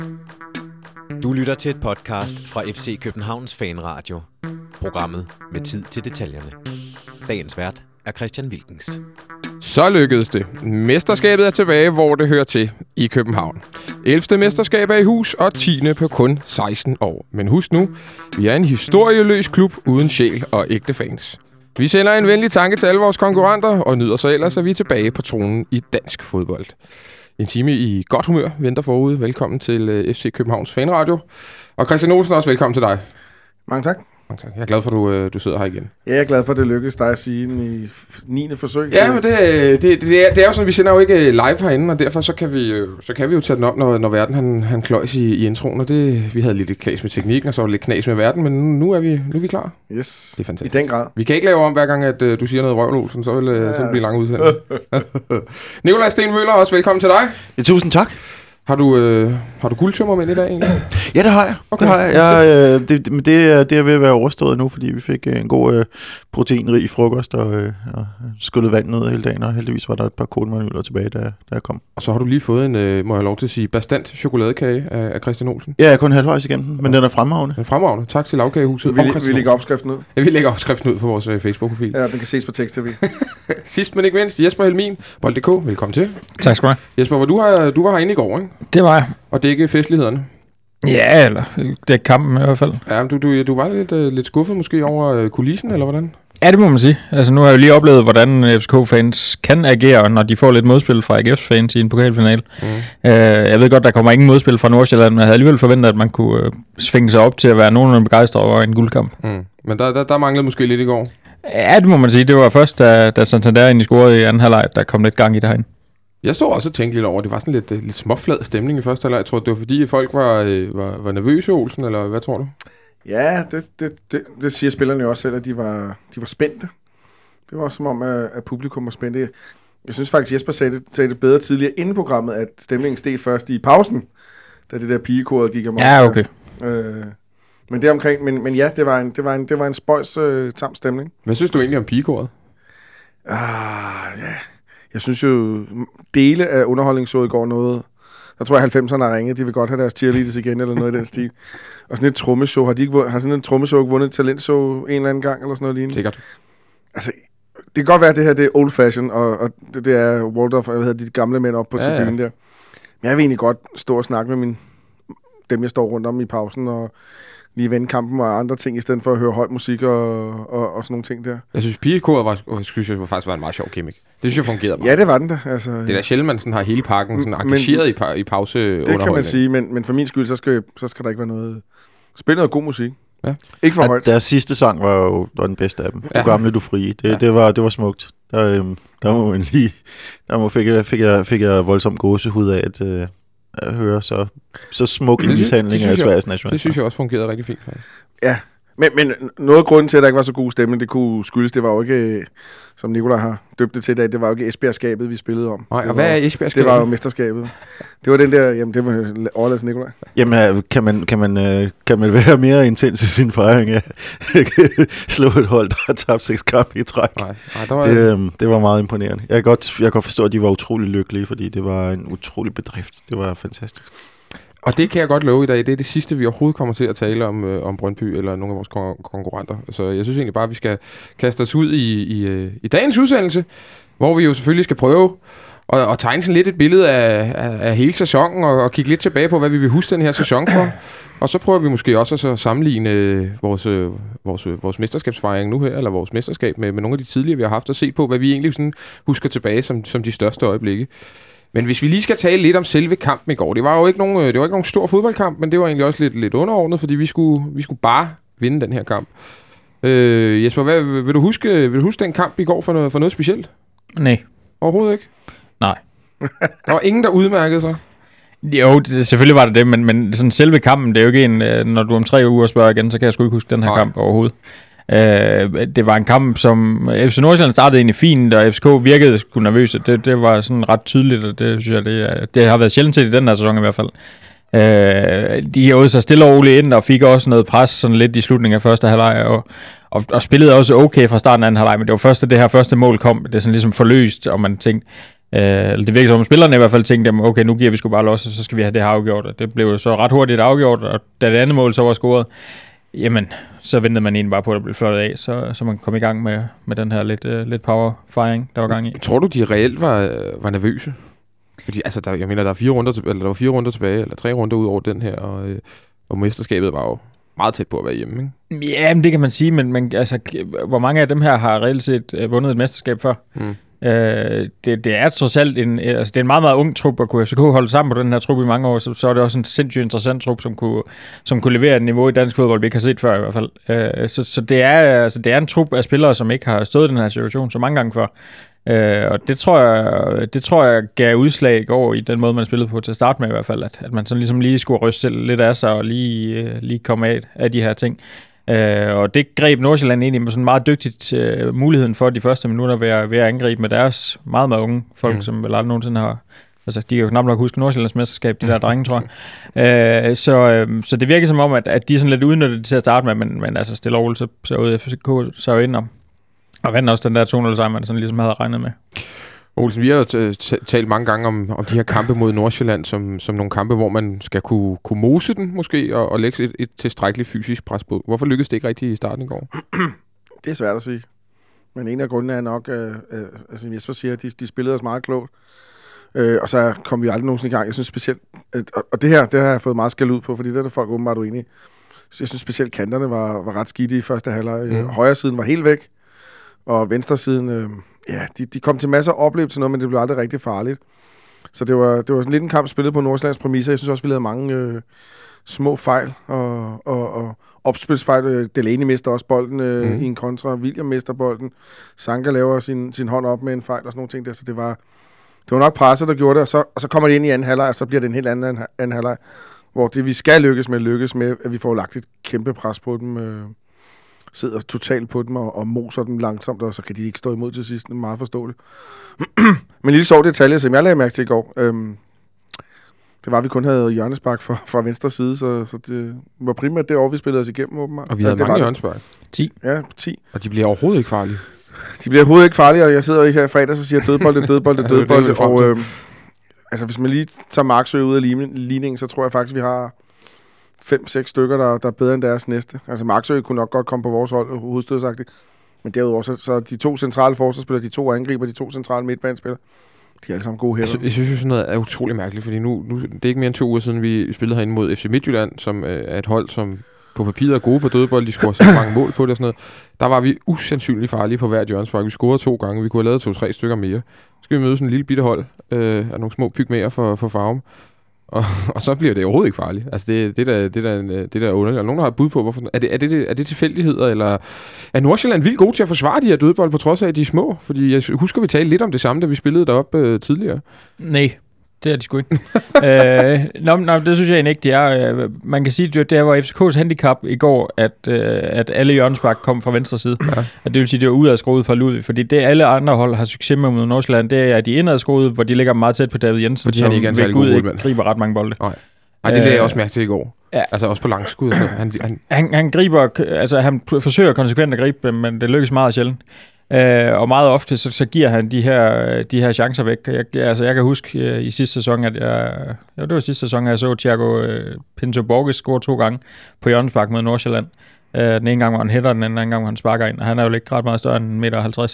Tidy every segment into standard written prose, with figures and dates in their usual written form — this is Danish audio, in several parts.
Du lytter til et podcast fra FC Københavns Fanradio. Programmet med tid til detaljerne. Dagens vært er Christian Wilkens. Så lykkedes det. Mesterskabet er tilbage, hvor det hører til, i København. 11. mesterskab er i hus, og 10. på kun 16 år. Men husk nu, vi er en historieløs klub uden sjæl og ægte fans. Vi sender en venlig tanke til alle vores konkurrenter, og nyder så ellers, at vi er tilbage på tronen i dansk fodbold. En time i godt humør venter forude. Velkommen til FC Københavns Fanradio. Og Christian Olsen, også velkommen til dig. Mange tak. Jeg er glad for, at du sidder her igen. Ja, jeg er glad for, at det lykkedes dig at sige den i 9. forsøg. Ja, men det er jo sådan, vi sender jo ikke live herinde, og derfor så kan vi jo tage den op, når verden han kløjs i introen. Og vi havde lidt knas med teknikken, og så var det lidt knas med verden, men nu er vi klar. Yes, det er fantastisk. I den grad. Vi kan ikke lave om, hver gang at du siger noget røvl, Olsen, så vil det blive lang udsendelse. Nikolaj Sten Møller, også velkommen til dig. Ja, tusind tak. Har du guldtømmermænd i dag egentlig? Ja, det har jeg. Okay. Det har jeg. Det er ved at være overstået nu, fordi vi fik en god proteinrig frokost og skyllet vand ned hele dagen, og heldigvis var der et par kodemanyler tilbage, da jeg kom. Og så har du lige fået en, må jeg have lov til at sige, bastant chokoladekage af Christian Olsen. Ja, jeg er kun halvvejs igennem den, men den er fremragende. Den er fremragende. Tak til Lavkagehuset. Vi lægger opskriften ud. Ja, vi lægger opskriften ud på vores Facebook-profil. Ja, den kan ses på tekst-tv. Sidst men ikke mindst, Jesper Helmin, Bold.dk. Velkommen til. Tak skal du have. Jesper, du var herinde i går, ikke? Det var jeg. Og det er ikke festlighederne? Ja, eller det er kampen i hvert fald. Ja, du var lidt skuffet måske over kulissen, eller hvordan? Ja, det må man sige. Altså, nu har jeg jo lige oplevet, hvordan FCK-fans kan agere, når de får lidt modspil fra AGF-fans i en pokalfinale. Jeg ved godt, der kommer ingen modspil fra Nordsjælland, men jeg havde alligevel forventet, at man kunne svinge sig op til at være nogenlunde begejstret over en guldkamp. Men der manglede måske lidt i går? Ja, det må man sige. Det var først, da Santander egentlig scorede i anden halvleg, der kom lidt gang i det herinde. Jeg stod også og tænkte lidt over, det var sådan lidt småflad stemning i første halvleg. Jeg tror, det var fordi folk var nervøse, Olsen, eller hvad tror du? Ja, det siger spillerne jo også selv, at de var spændte. Det var også som om, at publikum var spændte. Jeg synes faktisk, Jesper sagde det bedre tidligere inden programmet, at stemningen steg først i pausen, da det der pigekoret gik amok. Ja, okay. Men det omkring, men ja, det var en spøjs tam stemning. Hvad synes du egentlig om pigekoret? Ja. Jeg synes jo, dele af underholdningsshowet går noget. Jeg tror, at 90'erne har ringet. De vil godt have deres cheerleaders igen, eller noget i den stil. Og sådan et trommeshow. Har sådan en trommeshow vundet et talentshow en eller anden gang, eller sådan noget lignende? Sikkert. Altså, det kan godt være, at det her det er old fashion, og det er Waldorf, og de gamle mænd op på tribunen der. Men jeg vil egentlig godt stå og snakke med dem, jeg står rundt om i pausen, og lige vende kampen og andre ting, i stedet for at høre høj musik og sådan nogle ting der. Jeg synes, pigekoret faktisk var en meget sjov gimmick. Det synes jeg fungerede meget. Ja, det var den da. Altså, det er da sjældent, man sådan har hele pakken sådan engageret i pauseunderholdning. Det kan man sige, men for min skyld, så skal der ikke være noget... Spil noget god musik. Ja. Ikke for højt. Deres sidste sang var den bedste af dem. Du gamle, du frie. Det var smukt. Fik jeg voldsomt gåsehud af at høre så smuk en mishandling af Sveriges national. Det synes jeg også fungerede rigtig fint, faktisk. Ja, men noget af grunden til, at der ikke var så god stemning, det kunne skyldes, det var jo ikke, som Nikolaj har døbt det til i dag, det var jo ikke Esbjerg-skabet, vi spillede om. Nej, og hvad er Esbjerg-skabet? Det var jo mesterskabet. Det var den der, jamen det var overladt til Nikolaj. Jamen, kan man være mere intens i sin fejring af slå et hold, der har tabt 6 kampe i træk? Det var meget imponerende. Jeg kan godt forstå, at de var utrolig lykkelige, fordi det var en utrolig bedrift. Det var fantastisk. Og det kan jeg godt love i dag. Det er det sidste, vi overhovedet kommer til at tale om Brøndby eller nogle af vores konkurrenter. Så jeg synes egentlig bare, at vi skal kaste os ud i dagens udsendelse, hvor vi jo selvfølgelig skal prøve at tegne sådan lidt et billede af hele sæsonen og kigge lidt tilbage på, hvad vi vil huske den her sæson for. Og så prøver vi måske også at sammenligne vores mesterskabsfejring nu her, eller vores mesterskab med nogle af de tidligere, vi har haft, og se på, hvad vi egentlig sådan husker tilbage som de største øjeblikke. Men hvis vi lige skal tale lidt om selve kampen i går, det var jo ikke nogen stor fodboldkamp, men det var egentlig også lidt underordnet, fordi vi skulle bare vinde den her kamp. Jesper, vil du huske den kamp i går for noget specielt? Nej. Overhovedet ikke? Nej. Der var ingen, der udmærkede sig? Jo, selvfølgelig var det, men sådan selve kampen, det er jo ikke en, når du om 3 uger spørger igen, så kan jeg sgu ikke huske den her kamp overhovedet. Det var en kamp, som FC Nordsjælland startede egentlig fint, og FCK virkede sgu nervøse. Det var sådan ret tydeligt, og det synes jeg, det har været sjældent set i den her sæson i hvert fald. De har så stille og roligt ind, og fik også noget pres sådan lidt i slutningen af første halvleg, og spillede også okay fra starten af anden halvleg, men det var først, at det her første mål kom, det er sådan ligesom forløst, og man tænkte, Det virker som om spillerne i hvert fald tænkte, okay, nu giver vi sgu bare los, og så skal vi have det her afgjort. Og det blev jo så ret hurtigt afgjort, og da det andet mål så var scoret, jamen, så ventede man egentlig bare på, at det blev flottet af, så man kom i gang med den her lidt power-firing, der var gang i. Tror du, de reelt var nervøse? Fordi altså, der var 4 runder tilbage, eller 3 runder ud over den her, og mesterskabet var jo meget tæt på at være hjemme, ikke? Ja, men det kan man sige, men altså, hvor mange af dem her har reelt set vundet et mesterskab før? Det er trods alt det er en meget, meget ung trup, og kunne FCK holde sammen på den her trup i mange år, så er det også en sindssygt interessant trup, som kunne levere et niveau i dansk fodbold, vi ikke har set før i hvert fald. Så det er en trup af spillere, som ikke har stået i den her situation så mange gange før. Og det tror jeg gav udslag i går i den måde, man spillede på til at starte med i hvert fald, at man sådan ligesom lige skulle ryste lidt af sig og lige komme af de her ting. Og det greb Nordsjælland egentlig med sådan meget dygtigt muligheden for de første minutter ved at angribe med deres meget, meget unge folk, som vel aldrig nogensinde har... Altså, de kan jo knap nok huske Nordsjællands mesterskab, de der drenge, tror jeg. Så det virker som om, at de er sådan lidt udnyttet til at starte med, men altså stille og roligt, så ud FCK så ind og vandt også den der 2-0 sejr, man sådan ligesom havde regnet med. Olsen, vi har jo talt mange gange om de her kampe mod Nordsjælland som nogle kampe, hvor man skal kunne mose den måske, og lægge et tilstrækkeligt fysisk pres på. Hvorfor lykkedes det ikke rigtigt i starten i går? Det er svært at sige. Men en af grundene er nok, altså Jesper siger, at de spillede os meget klogt. Og så kom vi aldrig nogensinde i gang. Jeg synes specielt, og det har jeg fået meget skæld ud på, fordi det er der folk åbenbart uenige. Så jeg synes specielt kanterne var ret skidte i første halvleg. Højre siden var helt væk, og venstre siden... de kom til masser af opløb til noget, men det blev aldrig rigtig farligt. Så det var sådan lidt en kamp spillet på Nordsjællands præmisser. Jeg synes også, vi lavede mange små fejl og opspilsfejl. Delaney mister også bolden i en kontra. William mister bolden. Sanka laver sin hånd op med en fejl og sådan nogle ting der. Så det var nok presset, der gjorde det. Og så kommer det ind i anden halvleg, og så bliver det en helt anden halvleg, hvor det vi skal lykkes med, at vi får lagt et kæmpe pres på dem. Sidder totalt på dem og moser dem langsomt, og så kan de ikke stå imod til sidst. Det er meget forståeligt. Men lille sjov detalje, som jeg lagde mærke til i går, det var, at vi kun havde hjørnespark fra venstre side, så det var primært det år, vi spillede os igennem, åbenbart. Og vi havde mange hjørnespark. 10. Ja, 10. Og de bliver overhovedet ikke farlige. De bliver overhovedet ikke farlige, og jeg sidder ikke her i fredags og siger dødbold. Og altså, hvis man lige tager Marksø ud af ligningen, så tror jeg faktisk, vi har 5-6 stykker, der er bedre end deres næste. Altså Marksø kunne nok godt komme på vores hold, hovedstødsagtigt. Men derudover, så de 2 centrale forsvarsspillere, de 2 angriber, de 2 centrale midtbanespillere, de er alle sammen gode hænder. Jeg synes jo sådan noget er utrolig mærkeligt, fordi nu det er ikke mere end 2 uger siden, vi spillede herinde mod FC Midtjylland, som er et hold, som på papiret er gode på dødbold. De scorer så mange mål på det og sådan noget. Der var vi usandsynligt farlige på hvert hjørnespark. Vi scorede 2 gange. Vi kunne have lavet 2-3 stykker mere. Så skal vi møde sådan en lille bitte hold af nogle små pygmæer for Farum. Og så bliver det overhovedet ikke farligt. Altså det der underligt. Er nogen, der har et bud på, hvorfor? Er det tilfældigheder, eller er Nordsjælland vildt god til at forsvare de her dødbold, på trods af, at de er små? Fordi jeg husker, vi talte lidt om det samme, da vi spillede deroppe tidligere. Nej, det er de sgu ikke. Nå, det synes jeg egentlig ikke, de er. Man kan sige, at det var FCK's handicap i går, at alle hjørnespark kom fra venstre side. Ja. At det vil sige, at det var udadskruet fra Ludvig. Fordi det alle andre hold har succes med mod Nordsjælland, det er de indadskruede, hvor de ligger meget tæt på David Jensen, fordi han ikke er en god ikke griber ret mange bolde. Nej, det lagde jeg også mærke til i går. Ja. Altså også på langskud. Han griber, altså han forsøger konsekvent at gribe dem, men det lykkes meget sjældent. Og meget ofte så giver han de her chancer væk. Jeg kan huske i sidste sæson, at jeg så Thiago Pinto Borges score 2 gange på hjørnespark mod Nordsjælland. Den ene gang var han hætter, den anden gang var han sparker ind, og han er jo ikke ret meget større end 1,50 meter.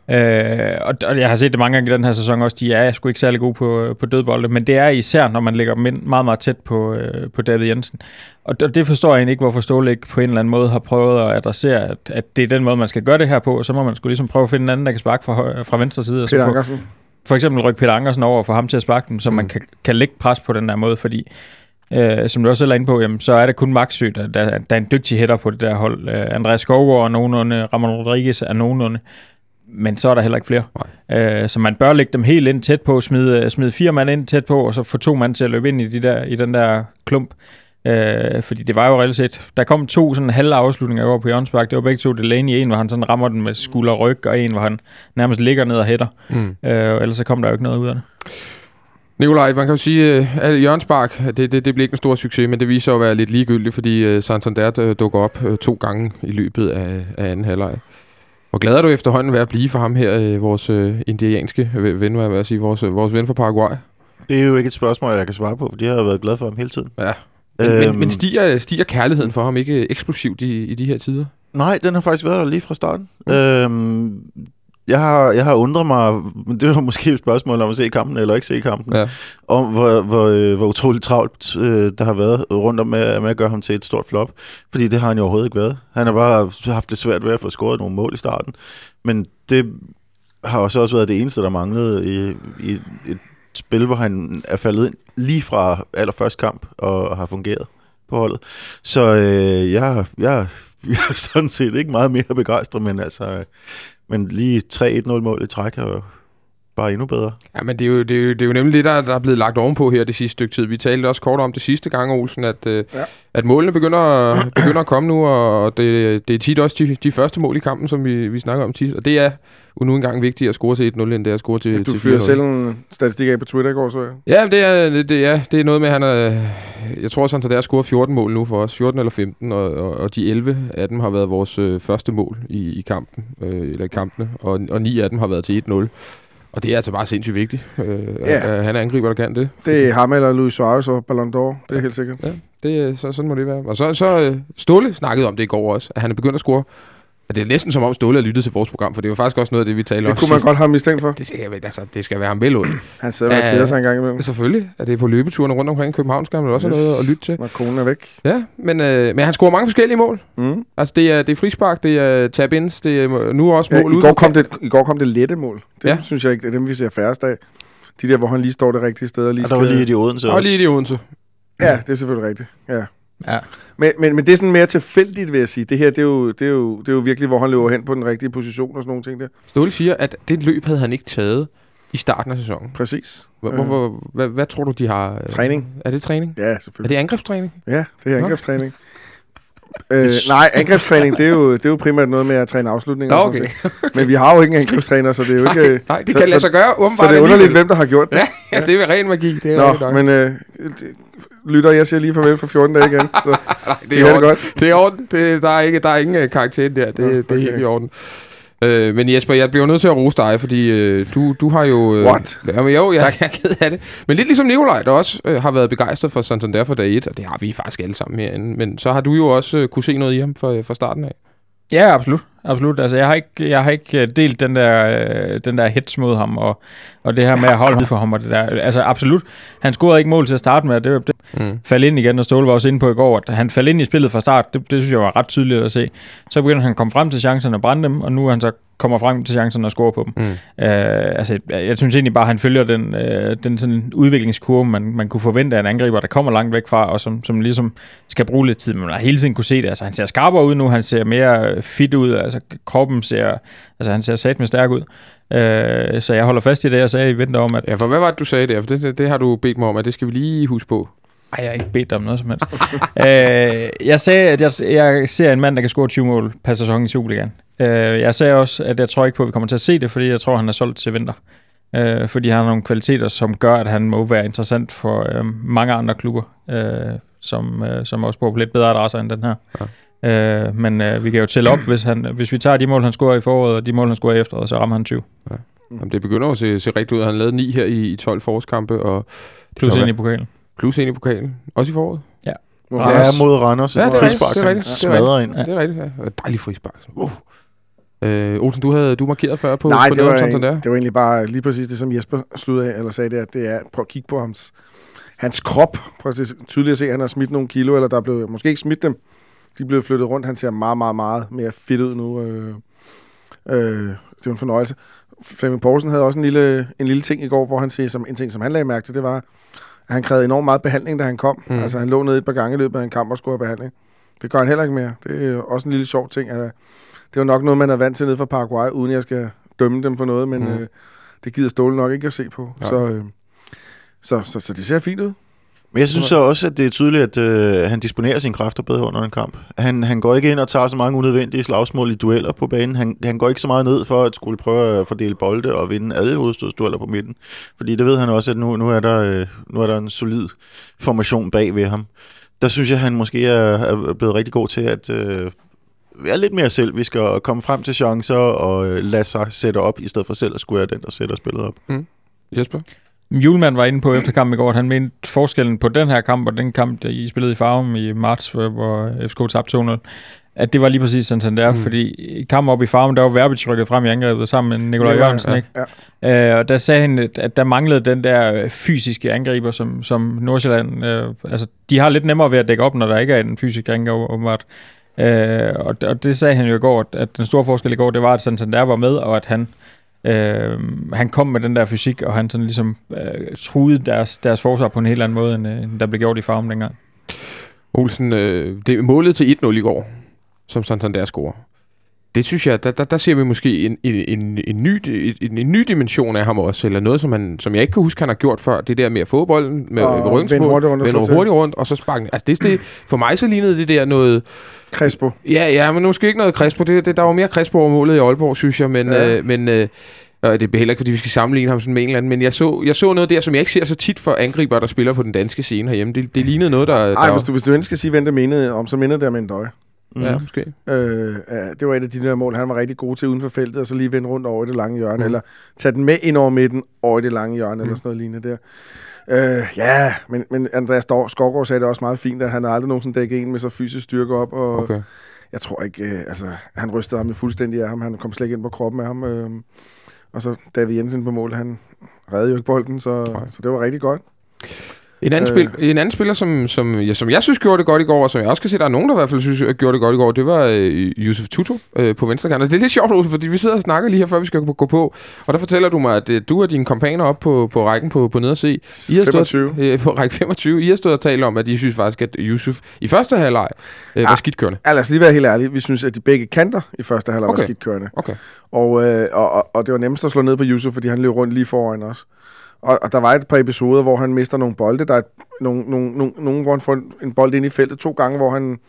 Og jeg har set det mange gange i den her sæson også, de er sgu ikke særlig gode på dødbolde, men det er især, når man ligger meget, meget tæt på David Jensen. Og det forstår jeg egentlig ikke, hvorfor Ståle ikke på en eller anden måde har prøvet at adressere, at det er den måde, man skal gøre det her på, og så må man sgu ligesom prøve at finde en anden, der kan sparke fra venstre side. Og så for eksempel rykke Peter Ankersen over og få ham til at sparke den, så man kan lægge pres på den der måde, fordi som du også selv er inde på, jamen, så er det kun Maxø, der er en dygtig hætter på det der hold. Andreas Skovgaard er nogenlunde, Ramon Rodriguez er nogenlunde, men så er der heller ikke flere. Så man bør lægge dem helt ind tæt på, smide 4 mand ind tæt på, og så få 2 mand til at løbe ind i den der klump. Fordi det var jo reelt set. Der kom 2 sådan halve afslutninger over på hjørnespark. Det var begge 2 Delaney. En, hvor han sådan rammer den med skulder og ryg, og en, hvor han nærmest ligger ned og hætter. Ellers så kom der jo ikke noget ud af det. Nikolaj, man kan jo sige, at hjørnespark, det bliver ikke en stor succes, men det viser at være lidt ligegyldigt, fordi Santander dukker op 2 gange i løbet af anden halvleg. Hvor glad er du efterhånden ved at blive for ham her, vores indianske ven, hvad jeg vil sige, vores ven fra Paraguay? Det er jo ikke et spørgsmål, jeg kan svare på, for jeg har været glad for ham hele tiden. Ja. Men stiger kærligheden for ham ikke eksplosivt i de her tider? Nej, den har faktisk været der lige fra starten. Jeg har undret mig, men det var måske et spørgsmål om at se kampen eller ikke se kampen, om hvor utroligt travlt der har været rundt om med at gøre ham til et stort flop. Fordi det har han jo overhovedet ikke været. Han har bare haft det svært ved at få scoret nogle mål i starten. Men det har også været det eneste, der manglede i et spil, hvor han er faldet ind lige fra allerførste kamp og har fungeret på holdet. Så jeg er sådan set ikke meget mere begejstret, men lige 3-1-0 mål i træk er jo bare endnu bedre. Ja, men det er jo nemlig det, der er blevet lagt ovenpå her det sidste stykke tid. Vi talte også kort om det sidste gang, Olsen, at målene begynder at komme nu, og det er tit også de første mål i kampen, som vi snakker om tit. Og det er jo nu engang vigtigt at score til 1-0, end det er at score til 4-0. Du fyrer selv en statistik af på Twitter i går, så ja, det er noget med, at han er... Jeg tror, sådan, at der er scoret 14 mål nu for os. 14 eller 15, og de 11 af dem har været vores første mål i kampen, eller i kampene, og 9 af dem har været til 1-0. Og det er altså bare sindssygt vigtigt. Han er angriber, der kan det. Det er ham eller Luis Suarez og Ballon d'Or, det er helt sikkert. Ja, sådan må det være. Og så Ståle snakkede om det i går også, at han er begyndt at score. Og det er næsten som om Ståle har lyttet til vores program, for det var faktisk også noget af det, vi talte om. Det kunne man godt have mistænkt for. Det skal være ham vel ud. Han sidder og keder sig en gang imellem. Selvfølgelig. At det er på løbeturene rundt omkring København, skal man også have noget at lytte til. Og konen er væk. Ja, men han scorer mange forskellige mål. Altså det er frispark, det er tap-ins, det er nu også mål ud. I går kom det lette mål. Det synes jeg ikke, det er dem, vi ser færrest af. De der, hvor han lige står det rigtige sted. Og lige der var lige i Odense også. Og lige i Odense. Ja, det er selvfølgelig rigtigt. Ja. Men det er sådan mere tilfældigt, vil jeg sige. Det her, det er jo virkelig, hvor han løber hen på den rigtige position og sådan nogle ting der. Ståle siger, at det løb havde han ikke taget i starten af sæsonen. Præcis. Hvad tror du, de har? Træning. Er det træning? Ja, selvfølgelig. Er det angrebstræning? Ja, det er angrebstræning. Nej, angrebstræning, det er jo primært noget med at træne afslutninger. Okay. Men vi har jo ikke en angrebstræner, så det er jo ikke... Nej, det kan lade sig gøre, åbenbart. Så det er underligt, hvem der har gjort det. Ja, det er ren magi. Det er men lytter, jeg siger lige farvel for 14 dage igen. Så nej, det er godt. Det er orden. Der er ingen karakter der. Det er helt i orden. Men Jesper, jeg bliver nødt til at rose dig, fordi du har jo... What? Jamen jo, jeg er ked af det. Men lidt ligesom Nikolaj, der også har været begejstret for Santander for dag 1, og det har vi faktisk alle sammen herinde. Men så har du jo også kunne se noget i ham fra starten af. Ja, absolut. Altså, jeg har ikke delt den der hits mod ham, og det her med at holde for ham, og det der. Altså, absolut. Han scorede ikke mål til at starte med, det faldt ind igen, og Ståle var også inde på i går, at han faldt ind i spillet fra start. Det synes jeg var ret tydeligt at se. Så begynder han at komme frem til chancerne og brænde dem, og nu er han så kommer frem til chancerne og scorer på dem. Altså, jeg synes egentlig bare, at han følger den sådan udviklingskurve, man kunne forvente af en angriber, der kommer langt væk fra, og som ligesom skal bruge lidt tid. Men man har hele tiden kunne se det. Altså, han ser skarpere ud nu, han ser mere fit ud, altså kroppen ser, altså han ser satme stærk ud. Så jeg holder fast i det, jeg sagde i vinter om, at... Ja, for hvad var det, du sagde der? For det har du bedt mig om, at det skal vi lige huske på. Ej, jeg har ikke bedt dig om noget som helst. Jeg sagde, at jeg ser en mand, der kan score 20 mål per sæson i Superligaen. Jeg sagde også, at jeg tror ikke på, at vi kommer til at se det, fordi jeg tror, han er solgt til vinter. Fordi han har nogle kvaliteter, som gør, at han må være interessant for mange andre klubber, som også bor på lidt bedre adresser end den her. Ja. Men vi kan jo tælle op, hvis vi tager de mål, han scorer i foråret, og de mål, han scorer i efteråret, så rammer han 20. Ja. Jamen, det begynder at se rigtigt ud. Han lavede 9 her i 12 forårskampe. Og plus 1 i pokalen. Plus 1 i pokalen. Også i foråret? Ja. Ja, mod Randers. Ja, det er frispark, det er rigtigt. Smadrer ind. Ja. Det er rigtigt, ja. Dejlig frispark. Olsen, du markerede før på... Nej, på det var egentlig bare lige præcis det, som Jesper sluttede af, eller sagde det, at prøv at kigge på hans krop. Prøv at tydeligt at se, at han har smidt nogle kilo, eller der er blevet, måske ikke smidt dem. De er blevet flyttet rundt. Han ser meget, meget, meget mere fit ud nu. Det var en fornøjelse. Flemming Poulsen havde også en lille ting i går, hvor han siger, som en ting, som han lagde mærke til, det var, at han krævede enormt meget behandling, da han kom. Altså, han lå ned et par gange i løbet af en kamp og skulle have behandling. Det gør han heller ikke mere. Det er også en lille sjov ting. Det var nok noget, man er vant til nede fra Paraguay, uden jeg skal dømme dem for noget, men det gider Ståle nok ikke at se på. Ja. Så det ser fint ud. Men jeg synes så også, at det er tydeligt, at han disponerer sine kræfter bedre under en kamp. Han går ikke ind og tager så mange unødvendige slagsmål i dueller på banen. Han går ikke så meget ned for at skulle prøve at fordele bolde og vinde alle hovedstødsdueller på midten. Fordi det ved han også, at nu er der en solid formation bag ved ham. Der synes jeg, at han måske er blevet rigtig god til at være lidt mere selvisk og komme frem til chancer og lade sig sætte op, i stedet for selv at skulle være den, der sætter spillet op. Jesper? Hjulmand var inde på efter kampen i går, at han mente forskellen på den her kamp og den kamp, der I spillede i Farum i marts, hvor FCK tabte 2-0, at det var lige præcis sådan der, fordi i kampen oppe i Farum, der var Verbic rykket frem i angrebet sammen med Nikolaj Jørgensen, ikke? Ja. Og der sagde han, at der manglede den der fysiske angriber, som Nordsjælland, altså de har lidt nemmere ved at dække op, når der ikke er en fysisk angriber, åbenbart. Og det sagde han jo i går, at den store forskel i går, det var, at Santander var med, og at han kom med den der fysik, og han sådan ligesom truede deres forsvar på en helt anden måde, end der blev gjort i Farum dengang. Olsen, det målet til 1-0 i går, som Santander scorer. Det synes jeg, der ser vi måske en ny dimension af ham også, eller noget, som jeg ikke kan huske, han har gjort før. Det der med at få bolden med ryggenspil, vende hurtigt rundt, og så sparke. Altså det, for mig så lignede det der noget... Crespo. Ja, men måske ikke noget Crespo. Der var mere Crespo over målet i Aalborg, synes jeg, men det er heller ikke, fordi vi skal sammenligne ham sådan med en eller anden, men jeg så noget der, som jeg ikke ser så tit for angriber, der spiller på den danske scene herhjemme. Det lignede noget, der... Hvis du endelig skal sige, hvem det mindede om, så mindede det om en døje. Ja, måske. Det var et af de der mål, han var rigtig god til uden for feltet, og så lige vende rundt over i det lange hjørne, eller tage den med ind over midten over i det lange hjørne, eller sådan noget lignende der. Men Andreas Skovgaard sagde det også meget fint, at han har aldrig nogensinde dækket en med så fysisk styrke op, og jeg tror ikke, han rystede ham fuldstændig af ham, han kom slet ikke ind på kroppen af ham, og så David Jensen på mål, han reddede jo ikke bolden, så det var rigtig godt. En anden spiller, som jeg synes gjorde det godt i går, og som jeg også kan se, der er nogen, der i hvert fald synes gjorde det godt i går, det var Yusuf Tutu på venstre kant. Og det er lidt sjovt, fordi vi sidder og snakker lige her, før vi skal gå på. Og der fortæller du mig, at du og dine kompaner op på rækken på ned og se. I har 25. På række 25. I har stået og talt om, at I synes faktisk, at Yusuf i første halvleg var skidtkørende. Lad os lige være helt ærlige. Vi synes, at de begge kanter i første halvleg var skidtkørende. Okay. Og det var nemmest at slå ned på Yusuf, fordi han løb rundt lige foran os. Og der var et par episoder, hvor han mister nogle bolde. Der er nogle, hvor han får en bold ind i feltet 2 gange, hvor han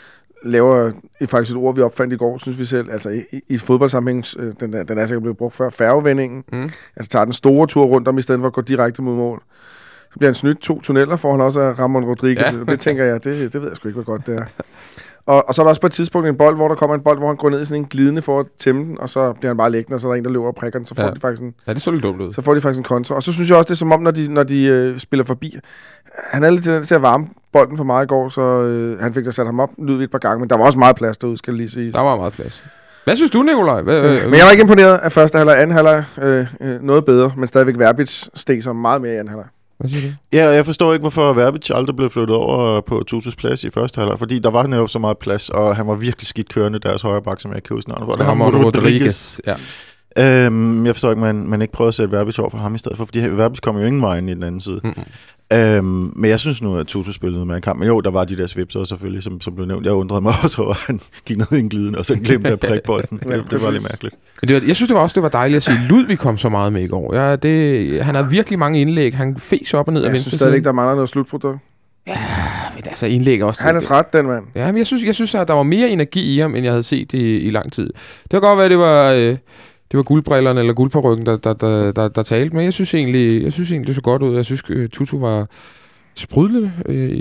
laver faktisk et ord, vi opfandt i går, synes vi selv. Altså i fodboldsammenhæng, den er sikkert blevet brugt før, færgevendingen. Altså tager den store tur rundt om, i stedet for at gå direkte mod mål. Så bliver han snydt 2 tunneller, for han også af Ramon Rodriguez. Ja. Det tænker jeg, det ved jeg sgu ikke, hvor godt det er. Og så er der også på et tidspunkt en bold, hvor der kommer en bold, hvor han går ned i sådan en glidende for at tæmme den, og så bliver han bare liggende, og så er der en, der løber og prikker den, så får de faktisk en... Ja, det så lidt dumt ud. Så får de faktisk en kontra. Og så synes jeg også, det er som om, når de spiller forbi... Han er lidt til at varme bolden for meget i går, så han fik da sat ham op lyd et par gange, men der var også meget plads derude, skal jeg lige sige. Der var meget plads. Hvad synes du, Nikolaj? Men jeg var ikke imponeret af første halvleg, anden halvleg noget bedre, men stadigvæk Verbic steg så meget mere i anden halvleg. Hvad siger du? Ja, jeg forstår ikke, hvorfor Verbic aldrig blev flyttet over på Tutus plads i første halvleg, fordi der var netop så meget plads, og han var virkelig skidt kørende, deres højre bak, som jeg kan huske navnet. Ramon Rodriguez. Ja. Jeg forstår ikke, man ikke prøver at sætte Verbic over for ham i stedet for, fordi Verbic kom jo ingen vej ind i den anden side. Men jeg synes nu, at Tutu spillede med en kamp. Men jo, der var de der svipser selvfølgelig, som blev nævnt. Jeg undrede mig også over, at han gik ned i en gliden, og så glemte at prikke bolden. Det var lidt mærkeligt. Men jeg synes det var dejligt at se, Ludvig kom så meget med i går. Han har virkelig mange indlæg. Han fes op og ned af venstre side. Jeg synes stadig ikke, der mangler noget slutprodukt. Ja, men altså indlæg også. Han er træt, den mand. Ja, men jeg synes, at der var mere energi i ham, end jeg havde set i lang tid. Det kan godt være, det var guldbrillerne eller guldparrykken, der talte, men jeg synes egentlig, det så godt ud. Jeg synes, Tutu var sprudlende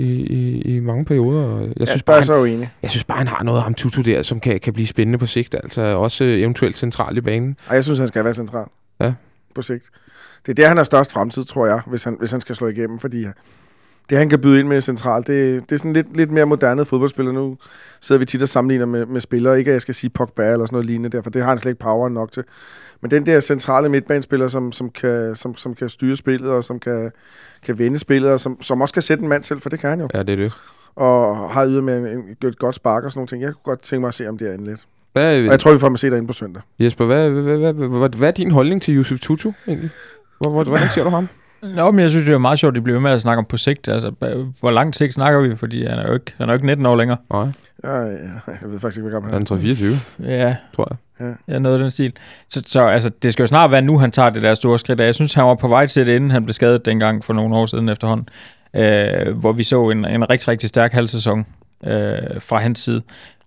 i mange perioder. Jeg synes bare, han har noget af ham Tutu der, som kan blive spændende på sigt. Altså også eventuelt centralt i banen. Og jeg synes, han skal være central. Ja. På sigt. Det er der, han har størst fremtid, tror jeg, hvis han skal slå igennem, fordi det, han kan byde ind med centralt, det er sådan lidt mere moderne fodboldspiller. Nu sidder vi tit og sammenligner med spillere. Ikke at jeg skal sige Pogba eller sådan noget lignende der, for det har han slet ikke power nok til. Men den der centrale midtbanespiller, som kan styre spillet, og som kan vende spillet, og som også kan sætte en mand selv, for det kan han jo. Ja, det er det. Og har ydet med et godt spark og sådan nogle ting. Jeg kunne godt tænke mig at se om det er lidt. Og jeg tror, vi får at se derinde på søndag. Jesper, hvad er din holdning til Yusuf Tutu egentlig? Hvordan ser du ham? Nå, men jeg synes, det er meget sjovt, at de bliver med at snakke om på sigt. Altså, hvor lang sigt snakker vi? Fordi han er jo ikke 19 år længere. Nej. Ja, jeg ved faktisk ikke, hvor gammel han er. Han er 24. Ja. Tror jeg. Ja, noget af den stil. Så altså, det skal jo snart være nu, han tager det der store skridt. Jeg synes, han var på vej til det, inden han blev skadet dengang for nogle år siden efterhånden. Hvor vi så en rigtig, rigtig stærk halvsæson fra hans side.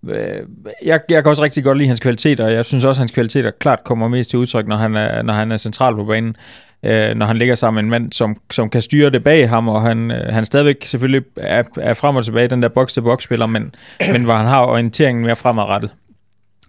Jeg kan også rigtig godt lide hans kvaliteter, og jeg synes også, at hans kvaliteter klart kommer mest til udtryk, når han er central på banen. Når han ligger sammen med en mand, som kan styre det bag ham, og han stadigvæk selvfølgelig er frem og tilbage, den der box-til-box-spiller, men hvor han har orienteringen mere fremadrettet.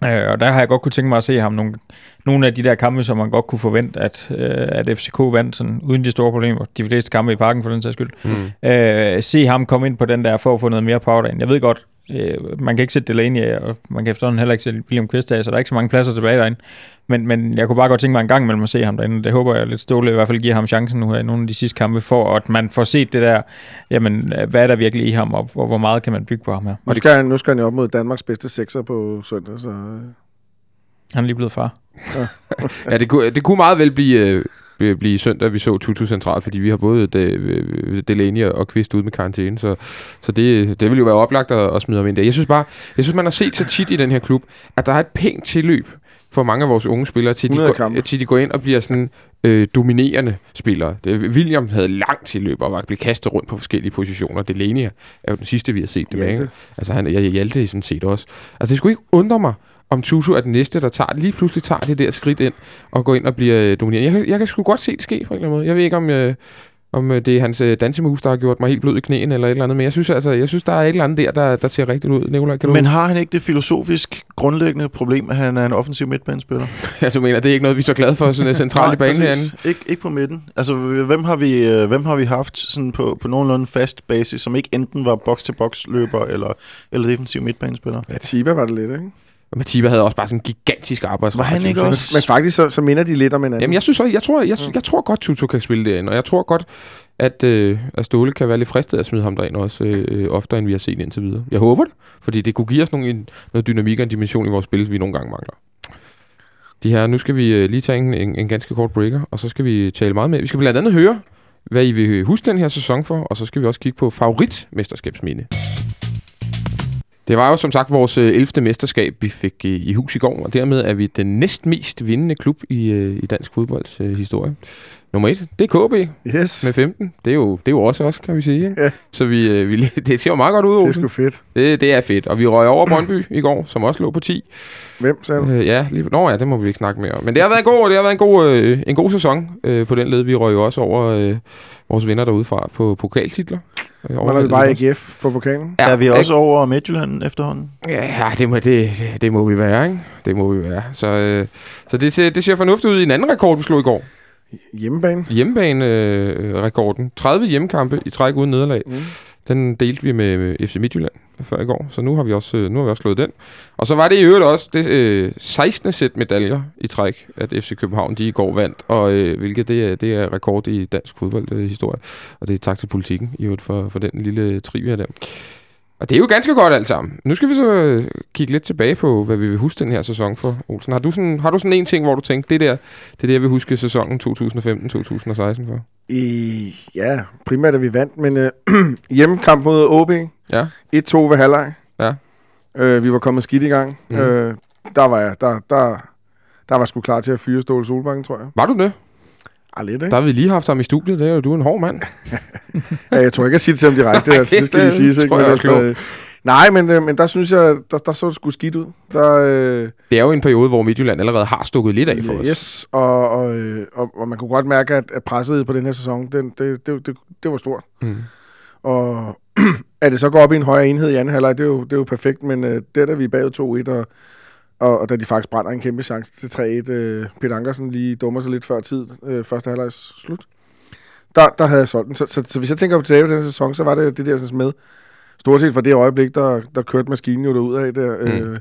Og der har jeg godt kunne tænke mig at se ham nogle af de der kampe, som man godt kunne forvente, at FCK vandt sådan, uden de store problemer. De fleste kampe i Parken for den sags skyld. Se ham komme ind på den der for at få noget mere power ind. Jeg ved godt, man kan ikke sætte Delaney, og man kan efterhånden heller ikke sætte William Kvist af, så der er ikke så mange pladser tilbage derinde. Men jeg kunne bare godt tænke mig en gang imellem at se ham derinde. Det håber jeg lidt Ståle i hvert fald giver ham chancen nu her i nogle af de sidste kampe, for at man får set det der, jamen, hvad er der virkelig i ham, og hvor meget kan man bygge på ham her. Nu skal han jo op mod Danmarks bedste sekser på søndag, så... Han er lige blevet far. Ja, det kunne meget vel blive søndag, vi så Tutu centralt, fordi vi har både Delaney og Kvist ude med karantæne, så det vil jo være oplagt at smide ham ind der. Jeg synes, man har set så tit i den her klub, at der er et pænt tilløb for mange af vores unge spillere, til de går ind og bliver sådan dominerende spillere. William havde langt tilløb og var blevet kastet rundt på forskellige positioner. Delaney er jo den sidste, vi har set det med. Ikke? Altså Hjalte sådan set også. Altså det skulle ikke undre mig, om Tutu er den næste, der lige pludselig tager det der skridt ind og går ind og bliver dominerende. Jeg kan sgu godt se det ske på en eller anden måde. Jeg ved ikke, om det er hans dansemus, der har gjort mig helt blød i knæene eller et eller andet, men jeg synes, der er et eller andet der ser rigtigt ud. Nicolaj, men har han ikke det filosofisk grundlæggende problem, at han er en offensiv midtbanespiller? Altså, du mener, det er ikke noget, vi er så glade for, sådan centralt i banen herinde? Ikke på midten. Altså, hvem har vi haft sådan på nogenlunde fast basis, som ikke enten var box-til-box løber eller defensiv midtbanespiller? Ja, Tiba var det lidt, ikke? Og Matiba havde også bare sådan en gigantisk arbejdsret. Var han ikke også? Men faktisk så minder de lidt om hinanden. Jamen, jeg tror godt, Tutu kan spille det ind, og jeg tror godt, at Ståle kan være lidt fristet at smide ham derind også, oftere end vi har set indtil videre. Jeg håber det, fordi det kunne give os noget dynamik og en dimension i vores spil, vi nogle gange mangler. Nu skal vi lige tage en ganske kort breaker, og så skal vi tale meget med. Vi skal blandt andet høre, hvad I vil huske den her sæson for, og så skal vi også kigge på favoritmesterskabsminde. Det var jo som sagt vores 11. mesterskab, vi fik i hus i går, og dermed er vi den næstmest vindende klub i dansk fodbolds historie. Nummer 1, det er KB med 15. Det er jo også os, kan vi sige. Ikke? Ja. Så det ser jo meget godt ud, Olsen. Det er sgu fedt. Det er fedt. Og vi røg over Brøndby i går, som også lå på 10. Hvem, sagde du? Ja, det må vi ikke snakke mere om. Men det har været en god sæson på den led. Vi røg jo også over vores venner derude fra på pokaltitler. Var vi bare AGF på pokalen? Ja, er vi også over Midtjylland efterhånden? Ja, det må vi være, ikke? Det må vi være. Så det ser fornuftigt ud i en anden rekord, vi slog i går. Hjemmebane-rekorden. 30 hjemmekampe i træk uden nederlag. Den delte vi med FC Midtjylland før i går, så nu har vi også slået den. Og så var det i øvrigt også det 16. sæt medaljer i træk, at FC København de i går vandt, og hvilket det er rekord i dansk fodboldhistorie. Og det er tak til Politikken i øvrigt for den lille trivia der. Og det er jo ganske godt alt sammen. Nu skal vi så kigge lidt tilbage på, hvad vi vil huske den her sæson for, Olsen. Har du sådan en ting, hvor du tænkte, det er det, jeg vil huske sæsonen 2015-2016 for? Ja, primært at vi vandt, men hjemmekamp mod OB. Ja. 1-2 ved halvleg. Ja. Vi var kommet skidt i gang. Der var jeg sgu klar til at fyre Ståle Solbakken, tror jeg. Var du det? Lidt, ikke? Der har vi lige haft ham i studiet. Det er jo, du er en hård mand. Ja, jeg tror ikke, jeg siger det til ham direkte. Det skal lige sige. Nej, men der synes jeg, der så det sgu skidt ud. Det er jo en periode, hvor Midtjylland allerede har stukket lidt af for os. Yes, og man kunne godt mærke, at presset på den her sæson, det var stort. Og at det så går op i en højere enhed i anden halvleg, det er jo perfekt, men der vi er bagud 2-1, og da de faktisk brænder en kæmpe chance til 3-1, Peter Ankersen lige dummer sig lidt før tid, første halvlegs slut, der havde jeg solgt den. Så hvis jeg tænker på tilbage på den sæson, så var det der sådan med, stort set fra det øjeblik, der kørte maskinen jo derudad der.